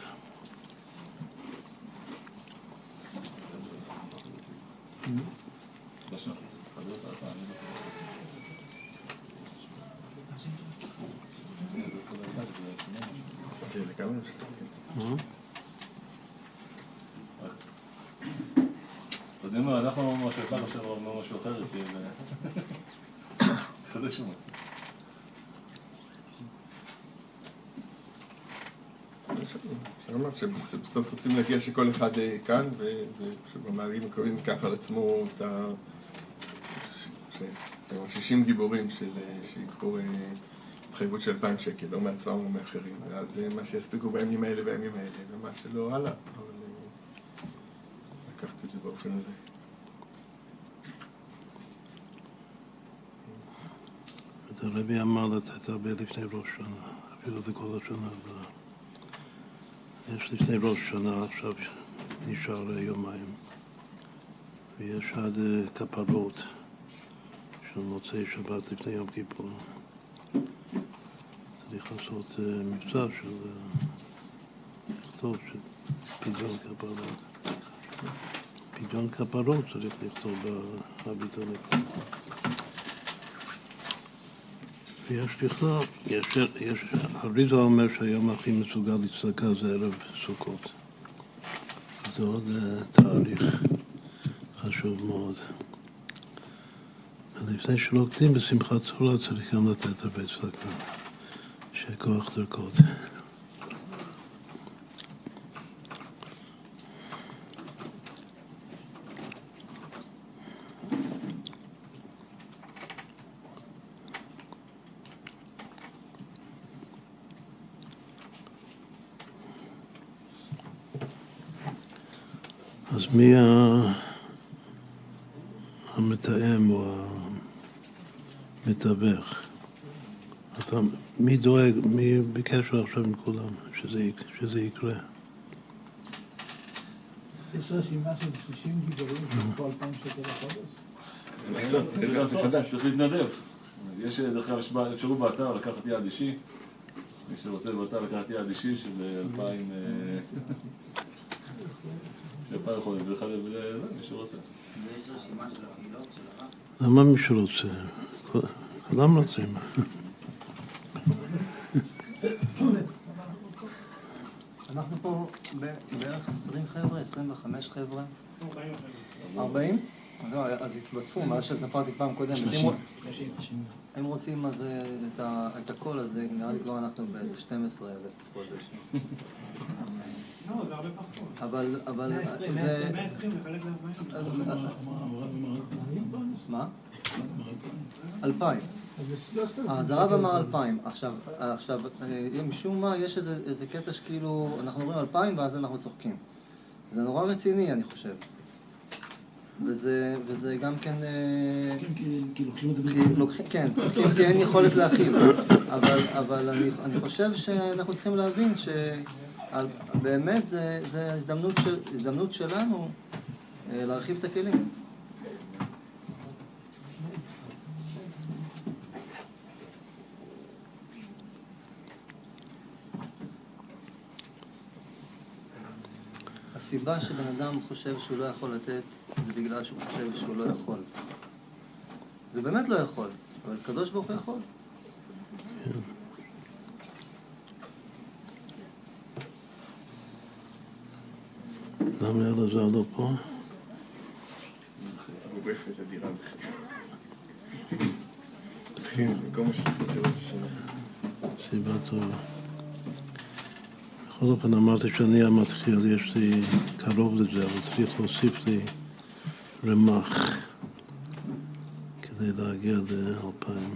אז אם אנחנו אמרנו משהו אחד, עכשיו אמרנו משהו אחר, תחדש שמה. אפשר לומר שבסוף רוצים להגיע שכל אחד כאן, ושבמעלים מקווים ייקח על עצמו את ה... שישים גיבורים שיקחו התחייבות של אלפיים שקל, לא מעצמם או מאחרים, ואז מה שיספיקו בימים האלה בימים האלה, ומה שלא הלאה, אבל לקחת את זה באופן הזה. את הרבי אמר לתת הרבה לפני ראש שנה, אפילו לכל השנה הבאה. יש לפני ראש שנה, עכשיו נשאר יומיים, ויש עד כפרות של מוצאי שבת לפני יום כיפור. צריך לעשות מבצע של לכתוב של פדיון כפרות. פדיון כפרות צריך לכתוב בביטון נפרד. ויש בכלל, יש, יש, הריזה אומר שהיום הכי מסוגל לצדקה זה ערב סוכות. זה עוד תאריך חשוב מאוד. ולפני שלוקטים בשמחת תורה צריך גם לתת הרבה צדקה, שכוח דרכות. אז מי המתאם או המתווך? אתה, מי דואג, מי בקשר עכשיו עם כולם שזה, שזה יקרה? יש רשימה של שלושים גיבורים שיקחו אלפיים שקל לחודש? צריך לעשות, צריך להתנדב. יש דרך אגב אפשרות באתר לקחת יעד אישי. מי שרוצה באתר לקחת יעד אישי של אלפיים... אלפיים חודש, ואחד לזה, מי שרוצה. ויש רשימה של הקהילות של הרב? למה מי שרוצה? כולם רוצים. אנחנו פה בערך עשרים חבר'ה, עשרים וחמש חבר'ה. ארבעים? לא, אז התבספו, מאז שספרתי פעם קודמת. אם רוצים אז את הכל, אז נראה לי כבר אנחנו באיזה שנים עשר אלף חודש. לא, זה הרבה פחות. אבל, אבל... מאה עשרים לחלק לארבעים. מה? אלפיים. אז הרב אמר אלפיים. עכשיו, עכשיו, משום מה יש איזה קטע שכאילו, אנחנו אומרים אלפיים ואז אנחנו צוחקים. זה נורא רציני, אני חושב. וזה, וזה גם כן... כי לוקחים את זה ברצינות. כן, כי אין יכולת להכיל. אבל אני חושב שאנחנו צריכים להבין שבאמת זה הזדמנות שלנו להרחיב את הכלים. הסיבה שבן אדם חושב שהוא לא יכול לתת זה בגלל שהוא חושב שהוא לא יכול. זה באמת לא יכול, אבל קדוש ברוך הוא יכול. למה אלעזר לא פה? הוא גף את הדירה בכלל. כל מה שחיכותי ראש השנה. סיבה טובה. בכל אופן אמרתי שאני המתחיל, יש לי קרוב לזה, אבל צריך להוסיף לי רמ"ח כדי להגיע לאלפיים.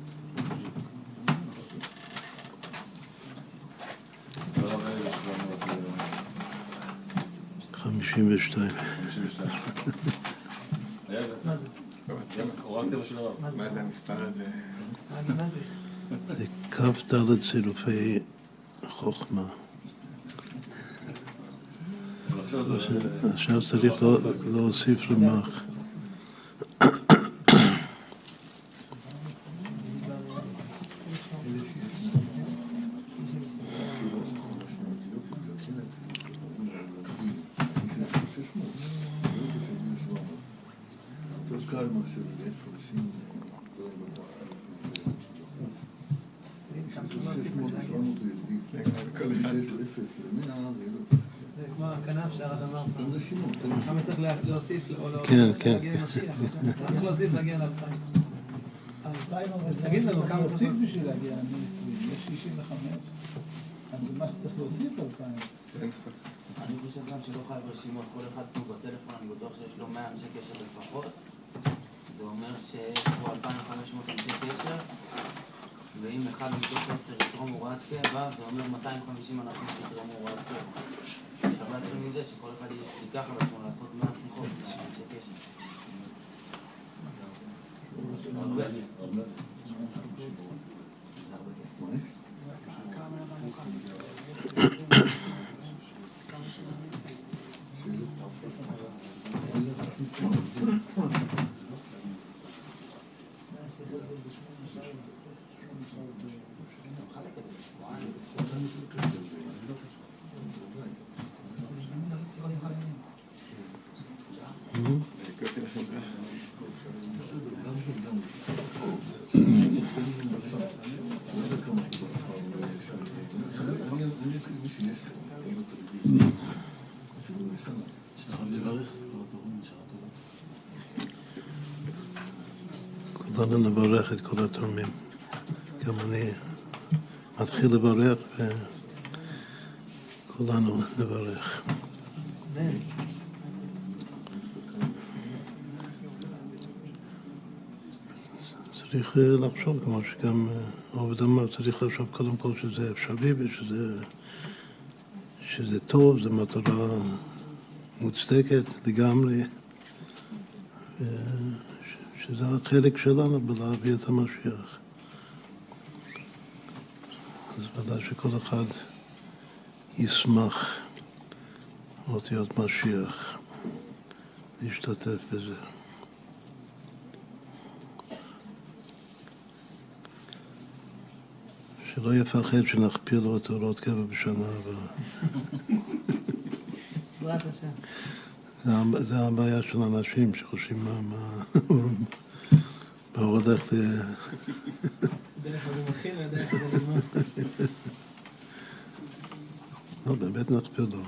חמישים ושתיים. מה זה המספר הזה? זה כף דלת צירופי חוכמה. עכשיו צריך להוסיף רמ"ח. זה כמו הכנף שהרב אמר פעם. כמה צריך להוסיף או להגיע למשיח. צריך להוסיף להגיע לאלפיים. אז תגיד לנו כמה להוסיף בשביל להגיע ל-מאה ועשרים. יש שישים וחמש. אז זה מה שצריך להוסיף אלפיים. אני חושב גם שלא חייב רשימות. כל אחד פה בטלפון, אני בטוח שיש לו מאה אנשי קשר לפחות. זה אומר שיש פה אלפיים וחמש מאות אנשי קשר. ואם אחד מתוך עשר יתרום הוראת קבע, זה אומר מאתיים וחמישים אנשים שיתרום הוראת קבע. אפשר להתחיל מזה שכל אחד ייקח על עצמו לעשות מאה שיחות לאנשי קשר. הרבה. כולנו נברך את כל התורמים. גם אני מתחיל לברך וכולנו נברך. צריך לחשוב, כמו שגם עובד אמר, צריך לחשוב קודם כל שזה אפשרי ושזה שזה טוב, זו מטרה מוצדקת לגמרי, שזה החלק שלנו בלהביא את המשיח. אז ודאי שכל אחד ישמח להיות משיח, להשתתף בזה. שלא יפחד שנכפיל לו את הוראות קבע בשנה הבאה. זה הבעיה של אנשים שחושבים מה הולך ל... דרך הזה מתחיל ודרך הזה נגמר. לא, באמת נכפיל לו.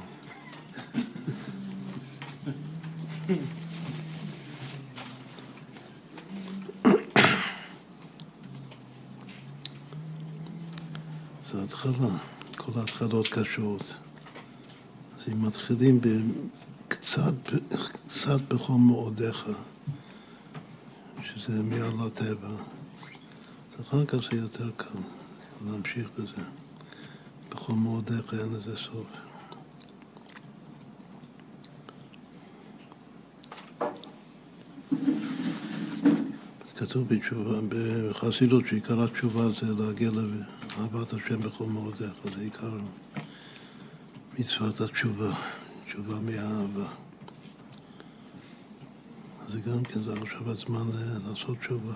זה התחלה, כל ההתחלות קשות. אז אם מתחילים קצת, קצת בכל מאודיך, שזה מעל הטבע, אז אחר כך זה יותר קל להמשיך בזה. בכל מאודיך אין לזה סוף. כתוב בתשובה, בחסידות שעיקר התשובה זה להגיע לאהבת השם בכל מאודיך, זה עיקר מצוות התשובה, תשובה מהאהבה. זה גם כן, זה עכשיו הזמן לעשות תשובה.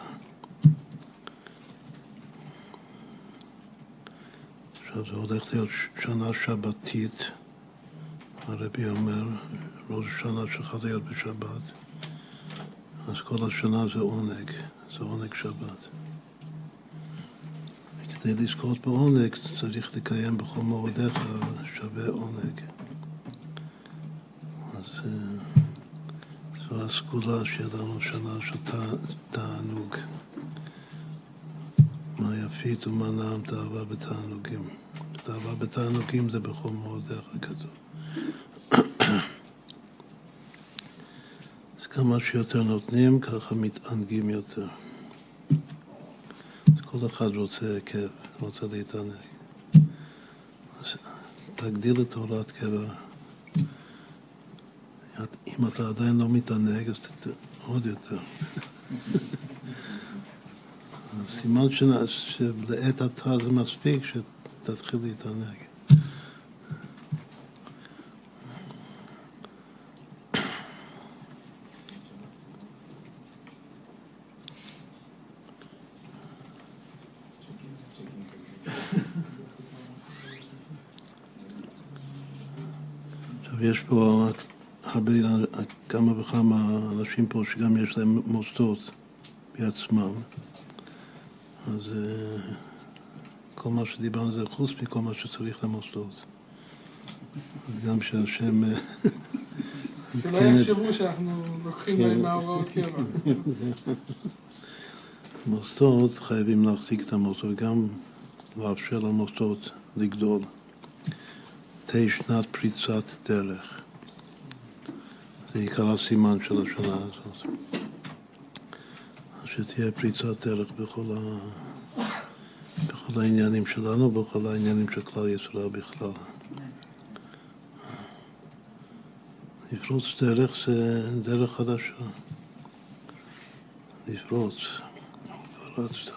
עכשיו זה הולך להיות שנה שבתית, הרבי אומר, ראש השנה שחל להיות בשבת, אז כל השנה זה עונג, זה עונג שבת. כדי לזכות בעונג צריך לקיים בכל מאודיך שווה עונג. אז זו הסגולה שלנו, שנה של תענוג. מה יפית ומה נעם תאווה בתענוגים. תאווה בתענוגים זה בכל מאוד דרך הכתוב. אז כמה שיותר נותנים, ככה מתענגים יותר. אז כל אחד רוצה כיף, רוצה להתענג. אז תגדיל את תורת קבע. אם אתה עדיין לא מתענג, אז תתענג עוד יותר. סימן שלעת עתה זה מספיק שתתחיל להתענג. עכשיו יש פה הרבה, כמה וכמה אנשים פה שגם יש להם מוסדות בעצמם. אז כל מה שדיברנו זה חוץ מכל מה שצריך למוסדות. גם שהשם שלא יחשבו שאנחנו לוקחים להם מההוראות קבע. מוסדות חייבים להחזיק את המוסדות וגם לאפשר למוסדות לגדול. תהי שנת פריצת דרך. זה עיקר הסימן של השנה הזאת. שתהיה פריצת דרך בכל, ה... בכל העניינים שלנו, בכל העניינים של כלל ישראל בכלל. לפרוץ דרך זה דרך חדשה. לפרוץ, פרצת.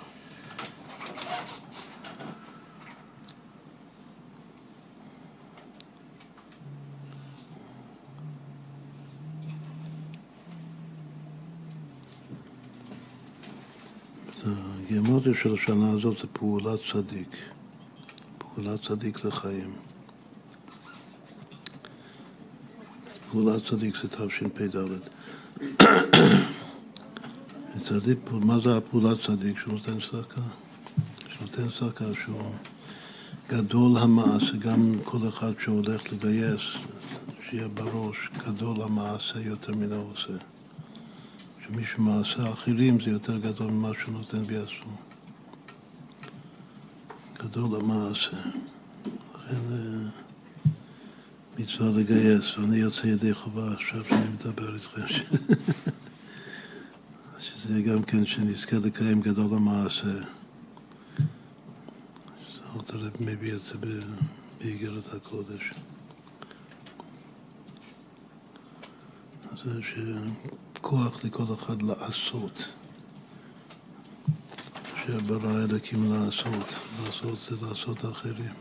הגמרא של השנה הזאת זה פעולת צדיק, פעולת צדיק לחיים. פעולת צדיק זה תשפ"ד. צדיק, מה זה הפעולת צדיק? שהוא נותן צדקה? שהוא נותן צדקה, שהוא גדול המעשה, גם כל אחד שהולך לגייס, שיהיה בראש, גדול המעשה יותר מן העושה. שמי שמעשה אחרים זה יותר גדול ממה שהוא נותן בעצמו. גדול המעשה. לכן מצווה לגייס, ואני יוצא ידי חובה עכשיו שאני מדבר איתכם. שזה גם כן שנזכה לקיים גדול המעשה. זאת הרב מביא את זה באיגרת הקודש. זה שכוח לכל אחד לעשות. שברא אלוקים לעשות. לעשות זה לעשות אחרים.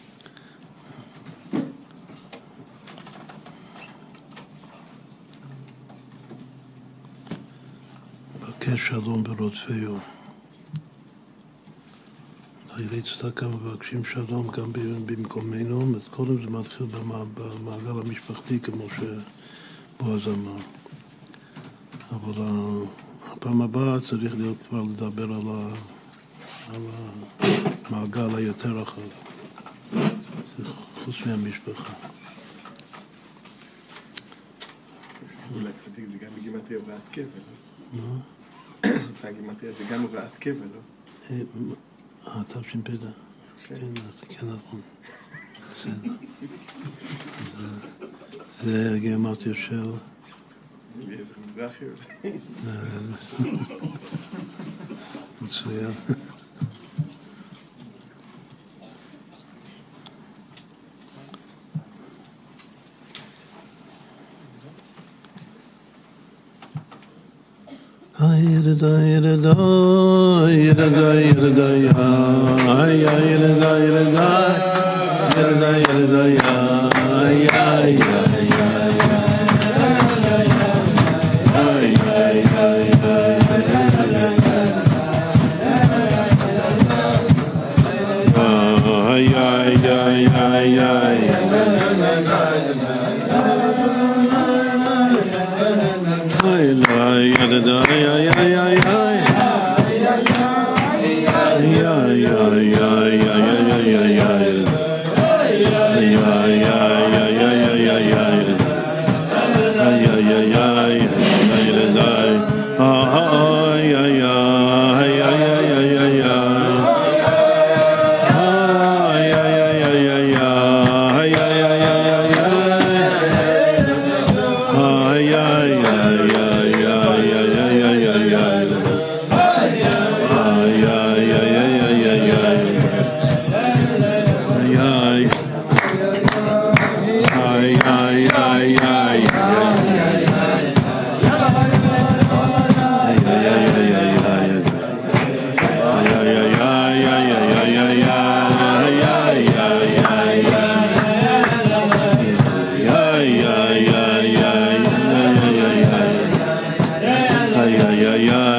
בקש שלום ברודפהו. חיילי צדקה מבקשים שלום גם במקומנו, קודם זה מתחיל במעגל המשפחתי כמו שבועז אמר. אבל הפעם הבאה צריך להיות כבר לדבר על, ה, על המעגל היותר רחב, חוץ מהמשפחה. אולי צדיק זה גם בגימטריה הוראת קבע, לא? מה? הגימטריה זה גם הוראת קבע, לא? אה, תשפ"ד. כן, נכון. בסדר. זה הגימטריה של... אליעזר מזרחי אולי. מצוין. Yirda yirda yirda yirda ya ya yirda yirda yirda yirda ya ya ya ya ay ay ay ay ay ay ay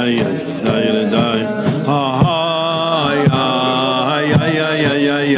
ילדיי, היי, היי, היי, היי, היי,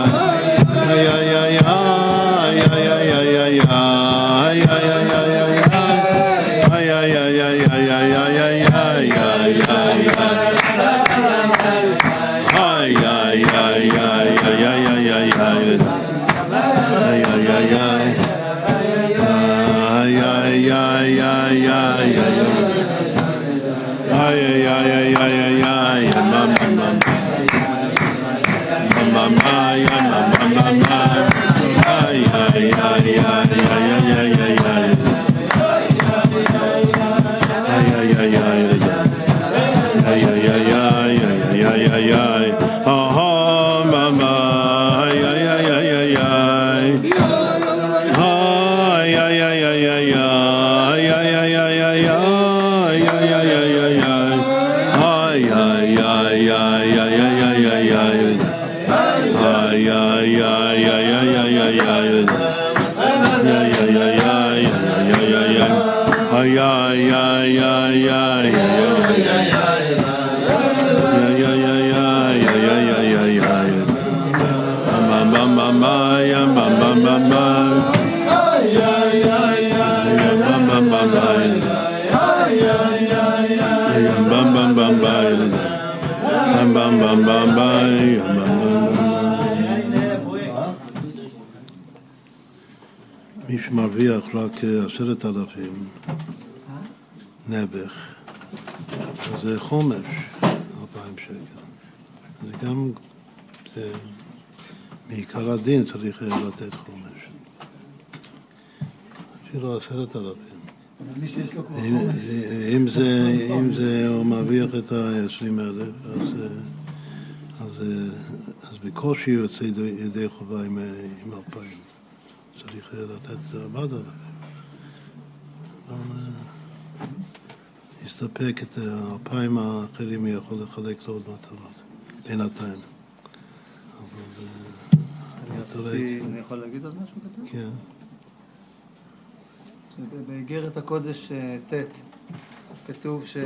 מי שמרוויח רק עשרת אלפים נעבך, אז זה חומש, אלפיים שקל. זה גם, זה, מעיקר הדין צריך לתת חומש. אפילו עשרת אלפים. מי שיש לו כבר אם, חומש... אם זה, אם זה, הוא מרוויח את ה-עשרים אלף, אז, אז, אז בקושי יוצא ידי חובה עם, עם אלפיים. צריך לתת ארבעת אלפים. אבל להסתפק את האלפיים האחרים יכול לחלק לו עוד מטרות, בינתיים. אני יכול להגיד עוד משהו כתוב? כן. באיגרת הקודש ט' כתוב ש...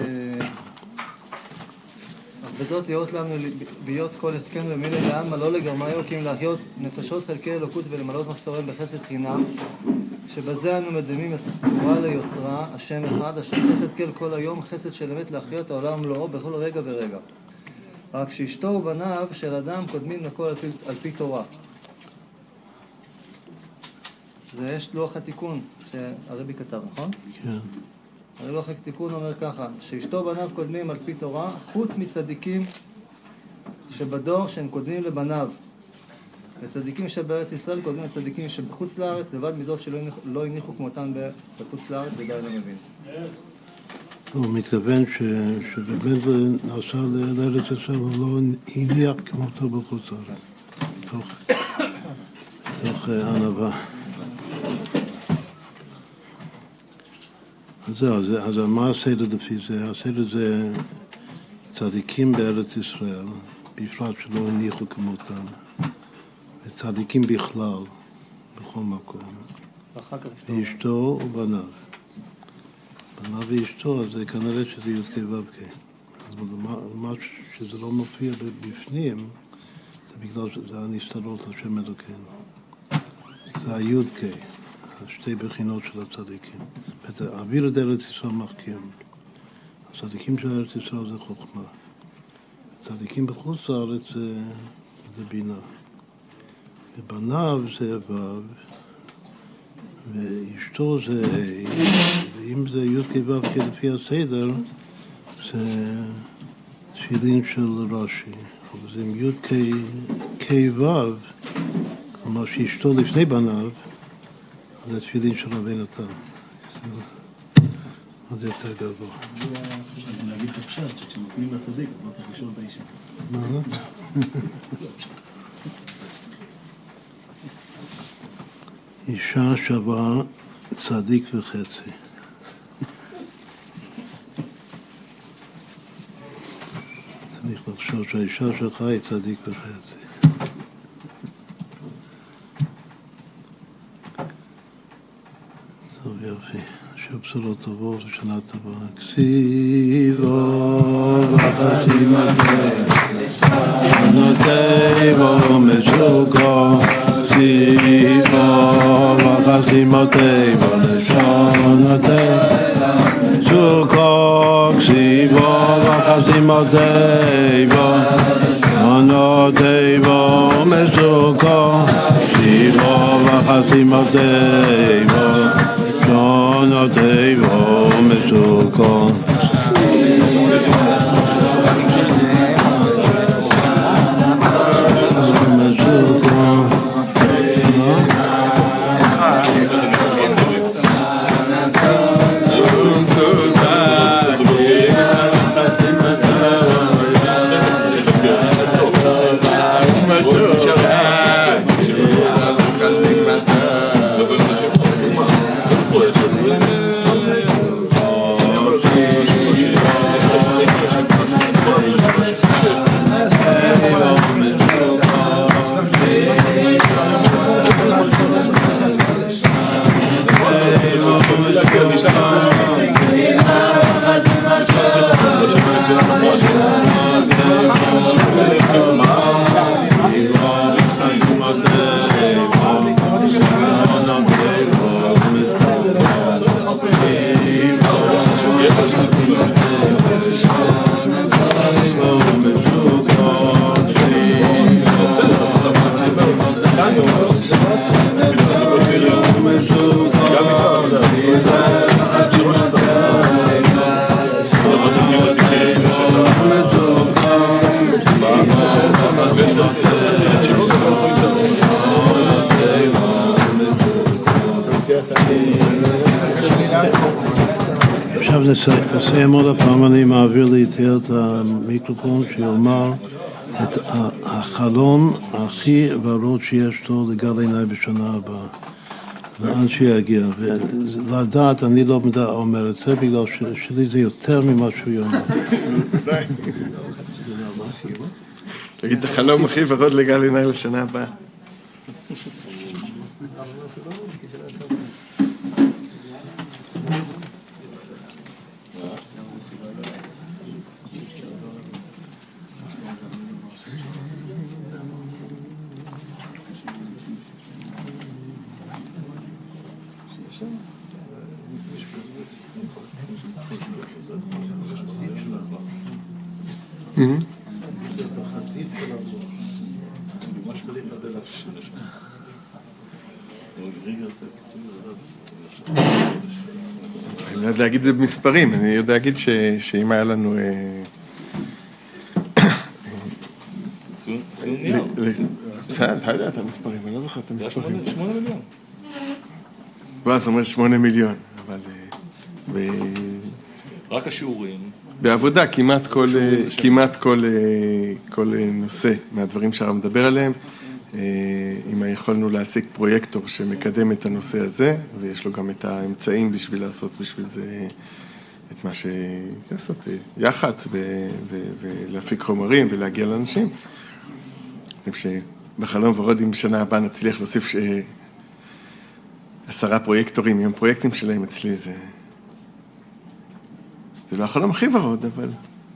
בזאת להיות לנו להיות כל הסכם ומילה לעלמא לא לגרמה אלוקים להחיות נפשות חלקי אלוקות ולמלות מחסוריהם בחסד חינם, שבזה אנו מדמים את צורה ליוצרה השם אחד אשר חסד כל כל היום, חסד של אמת להחיות העולם מלואו בכל רגע ורגע. רק שאשתו ובניו של אדם קודמים לכל על פי, על פי תורה. ויש לוח התיקון שהרבי כתב, נכון? כן. הלוח התיקון אומר ככה, שאשתו ובניו קודמים על פי תורה, חוץ מצדיקים שבדור שהם קודמים לבניו. וצדיקים שבארץ ישראל קודמים לצדיקים שבחוץ לארץ, לבד מזאת שלא הניחו כמותם בחוץ לארץ, ודי לא מבין. הוא מתכוון ש... שבאמת זה נעשה לארץ ישראל, הוא לא הניח כמותו בחוץ לארץ. תוך, תוך ענווה. אז זהו, אז, אז מה הסדר לפי זה? הסדר זה צדיקים בארץ ישראל, בפרט שלא הניחו כמותם, וצדיקים בכלל, בכל מקום, ואשתו ובניו. בניו ואשתו, אז זה כנראה שזה י' כ' ו' כ'. אז מה שזה לא מופיע בפנים, זה בגלל שזה הנסתרות השם אלוקינו. זה ה-י' כ'. שתי בחינות של הצדיקים. האוויר את ארץ ישראל מחכים. הצדיקים של ארץ ישראל זה חוכמה. הצדיקים בחוץ לארץ זה, זה בינה. ובניו זה ו' ואשתו זה ה', ואם זה י' כ' ו' כ' לפי הסדר, זה תפילין של רש"י. אבל זה עם י' כ' ו', כלומר שאשתו לפני בניו, זה תפילין של רבי נתן. עוד יותר גבוה. אני להגיד את הפשט, שכשנותנים לצדיק, אז לא צריך לשאול את האישה. מה? אישה שווה צדיק וחצי. צריך לחשוב שהאישה שלך היא צדיק וחצי. טוב, יופי. שוב בשורות טובות ושנה טובה. כסיבו וחסימתי שנותי בו מסוכו כסיבו וחסימתי בו לשונתי סוכו כסיבו וחסימתי בו שנותי בו מסוכו כסיבו וחסימתי בו שנותי בו מסוכו נסיים עוד הפעם, אני מעביר ליתר את המיקרופון שיאמר את החלום הכי ורוד שיש לו לגל עיניי בשנה הבאה, לאן שיגיע, ולדעת, אני לא אומר את זה בגלל שלי זה יותר ממה שהוא יאמר. תגיד את החלום הכי ורוד לגל עיניי לשנה הבאה. אני יודע להגיד את זה במספרים, אני יודע להגיד שאם היה לנו... אתה יודע את המספרים, אני לא זוכר את המספרים. שמונה מיליון. אז בוא, זאת אומרת שמונה מיליון, אבל... רק השיעורים. בעבודה, כמעט כל, כמעט כל, כל נושא מהדברים שהרב מדבר עליהם, אם יכולנו להשיג פרויקטור שמקדם את הנושא הזה, ויש לו גם את האמצעים בשביל לעשות בשביל זה את מה לעשות, יח"צ ולהפיק חומרים ולהגיע לאנשים. אני חושב שבחלום ורוד אם בשנה הבאה נצליח להוסיף עשרה פרויקטורים, עם הפרויקטים שלהם אצלי זה... זה לא החלום הכי ורוד, אבל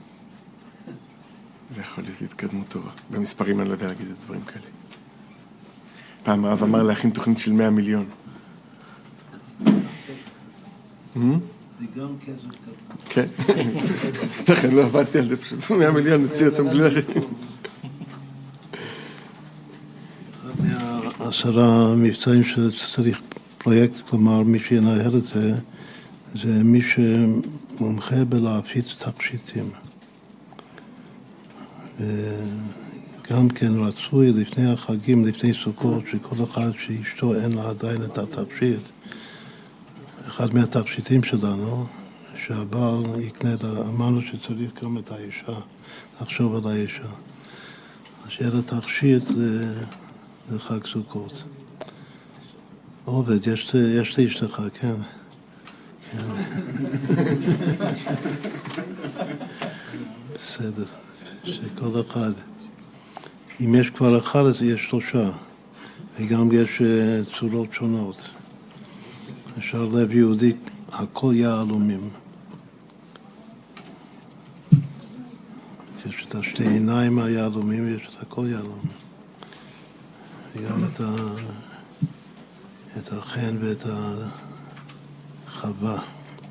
זה יכול להיות התקדמות טובה. במספרים אני לא יודע להגיד את דברים כאלה. פעם הרב אמר להכין תוכנית של מאה מיליון. זה גם כסף קטן. כן. לכן לא עבדתי על זה, פשוט מאה מיליון נוציא אותם בלי להכין. עשרה מבצעים שצריך פרויקט, כלומר מי שינהל את זה, זה מי שמומחה בלהפיץ תכשיטים. גם כן רצוי לפני החגים, לפני סוכות, שכל אחד שאשתו אין לה עדיין את התכשיט. אחד מהתכשיטים שלנו, שהבעל יקנה, אמרנו שצריך גם את האישה, לחשוב על האישה. שיהיה לה תכשיט לחג סוכות. עובד, יש, יש לי אשתך, כן. בסדר, שכל אחד, אם יש כבר אחד אז יש שלושה, וגם יש צורות שונות. אפשר לב יהודי הכל יהלומים. יש את השתי עיניים היהלומים ויש את הכל יהלומים. וגם את, ה... את החן ואת החווה.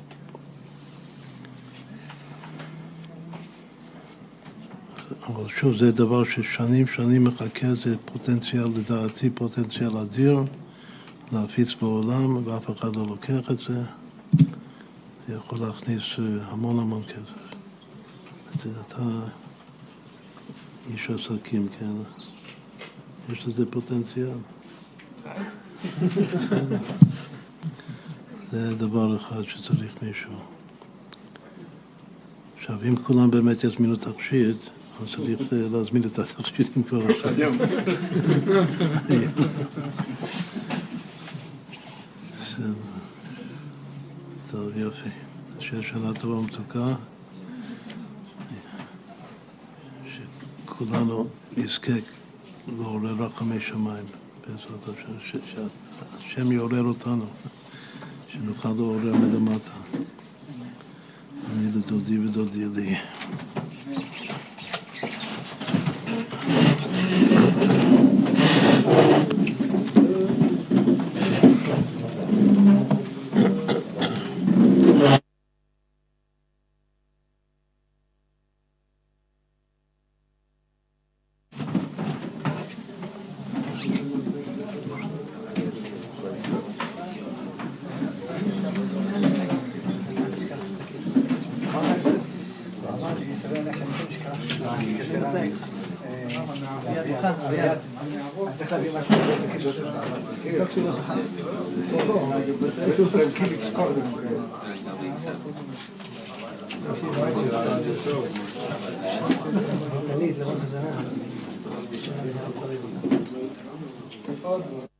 אבל שוב, זה דבר ששנים שנים מחכה, זה פוטנציאל, לדעתי פוטנציאל אדיר להפיץ בעולם, ואף אחד לא לוקח את זה. זה יכול להכניס המון המון כסף. אתה איש עסקים, כן? יש לזה פוטנציאל. זה דבר אחד שצריך מישהו. עכשיו, אם כולם באמת יזמינו תכשיט, אז צריך להזמין את התכשיטים כבר עכשיו. היום. טוב, יופי. שיש שנה טובה ומתוקה. שכולנו נזקק לעורר רחמי שמיים. בעזרת השם, שהשם יעורר אותנו, שנוכל לעורר מלמטה. אני לדודי ודודי לי. Thank you.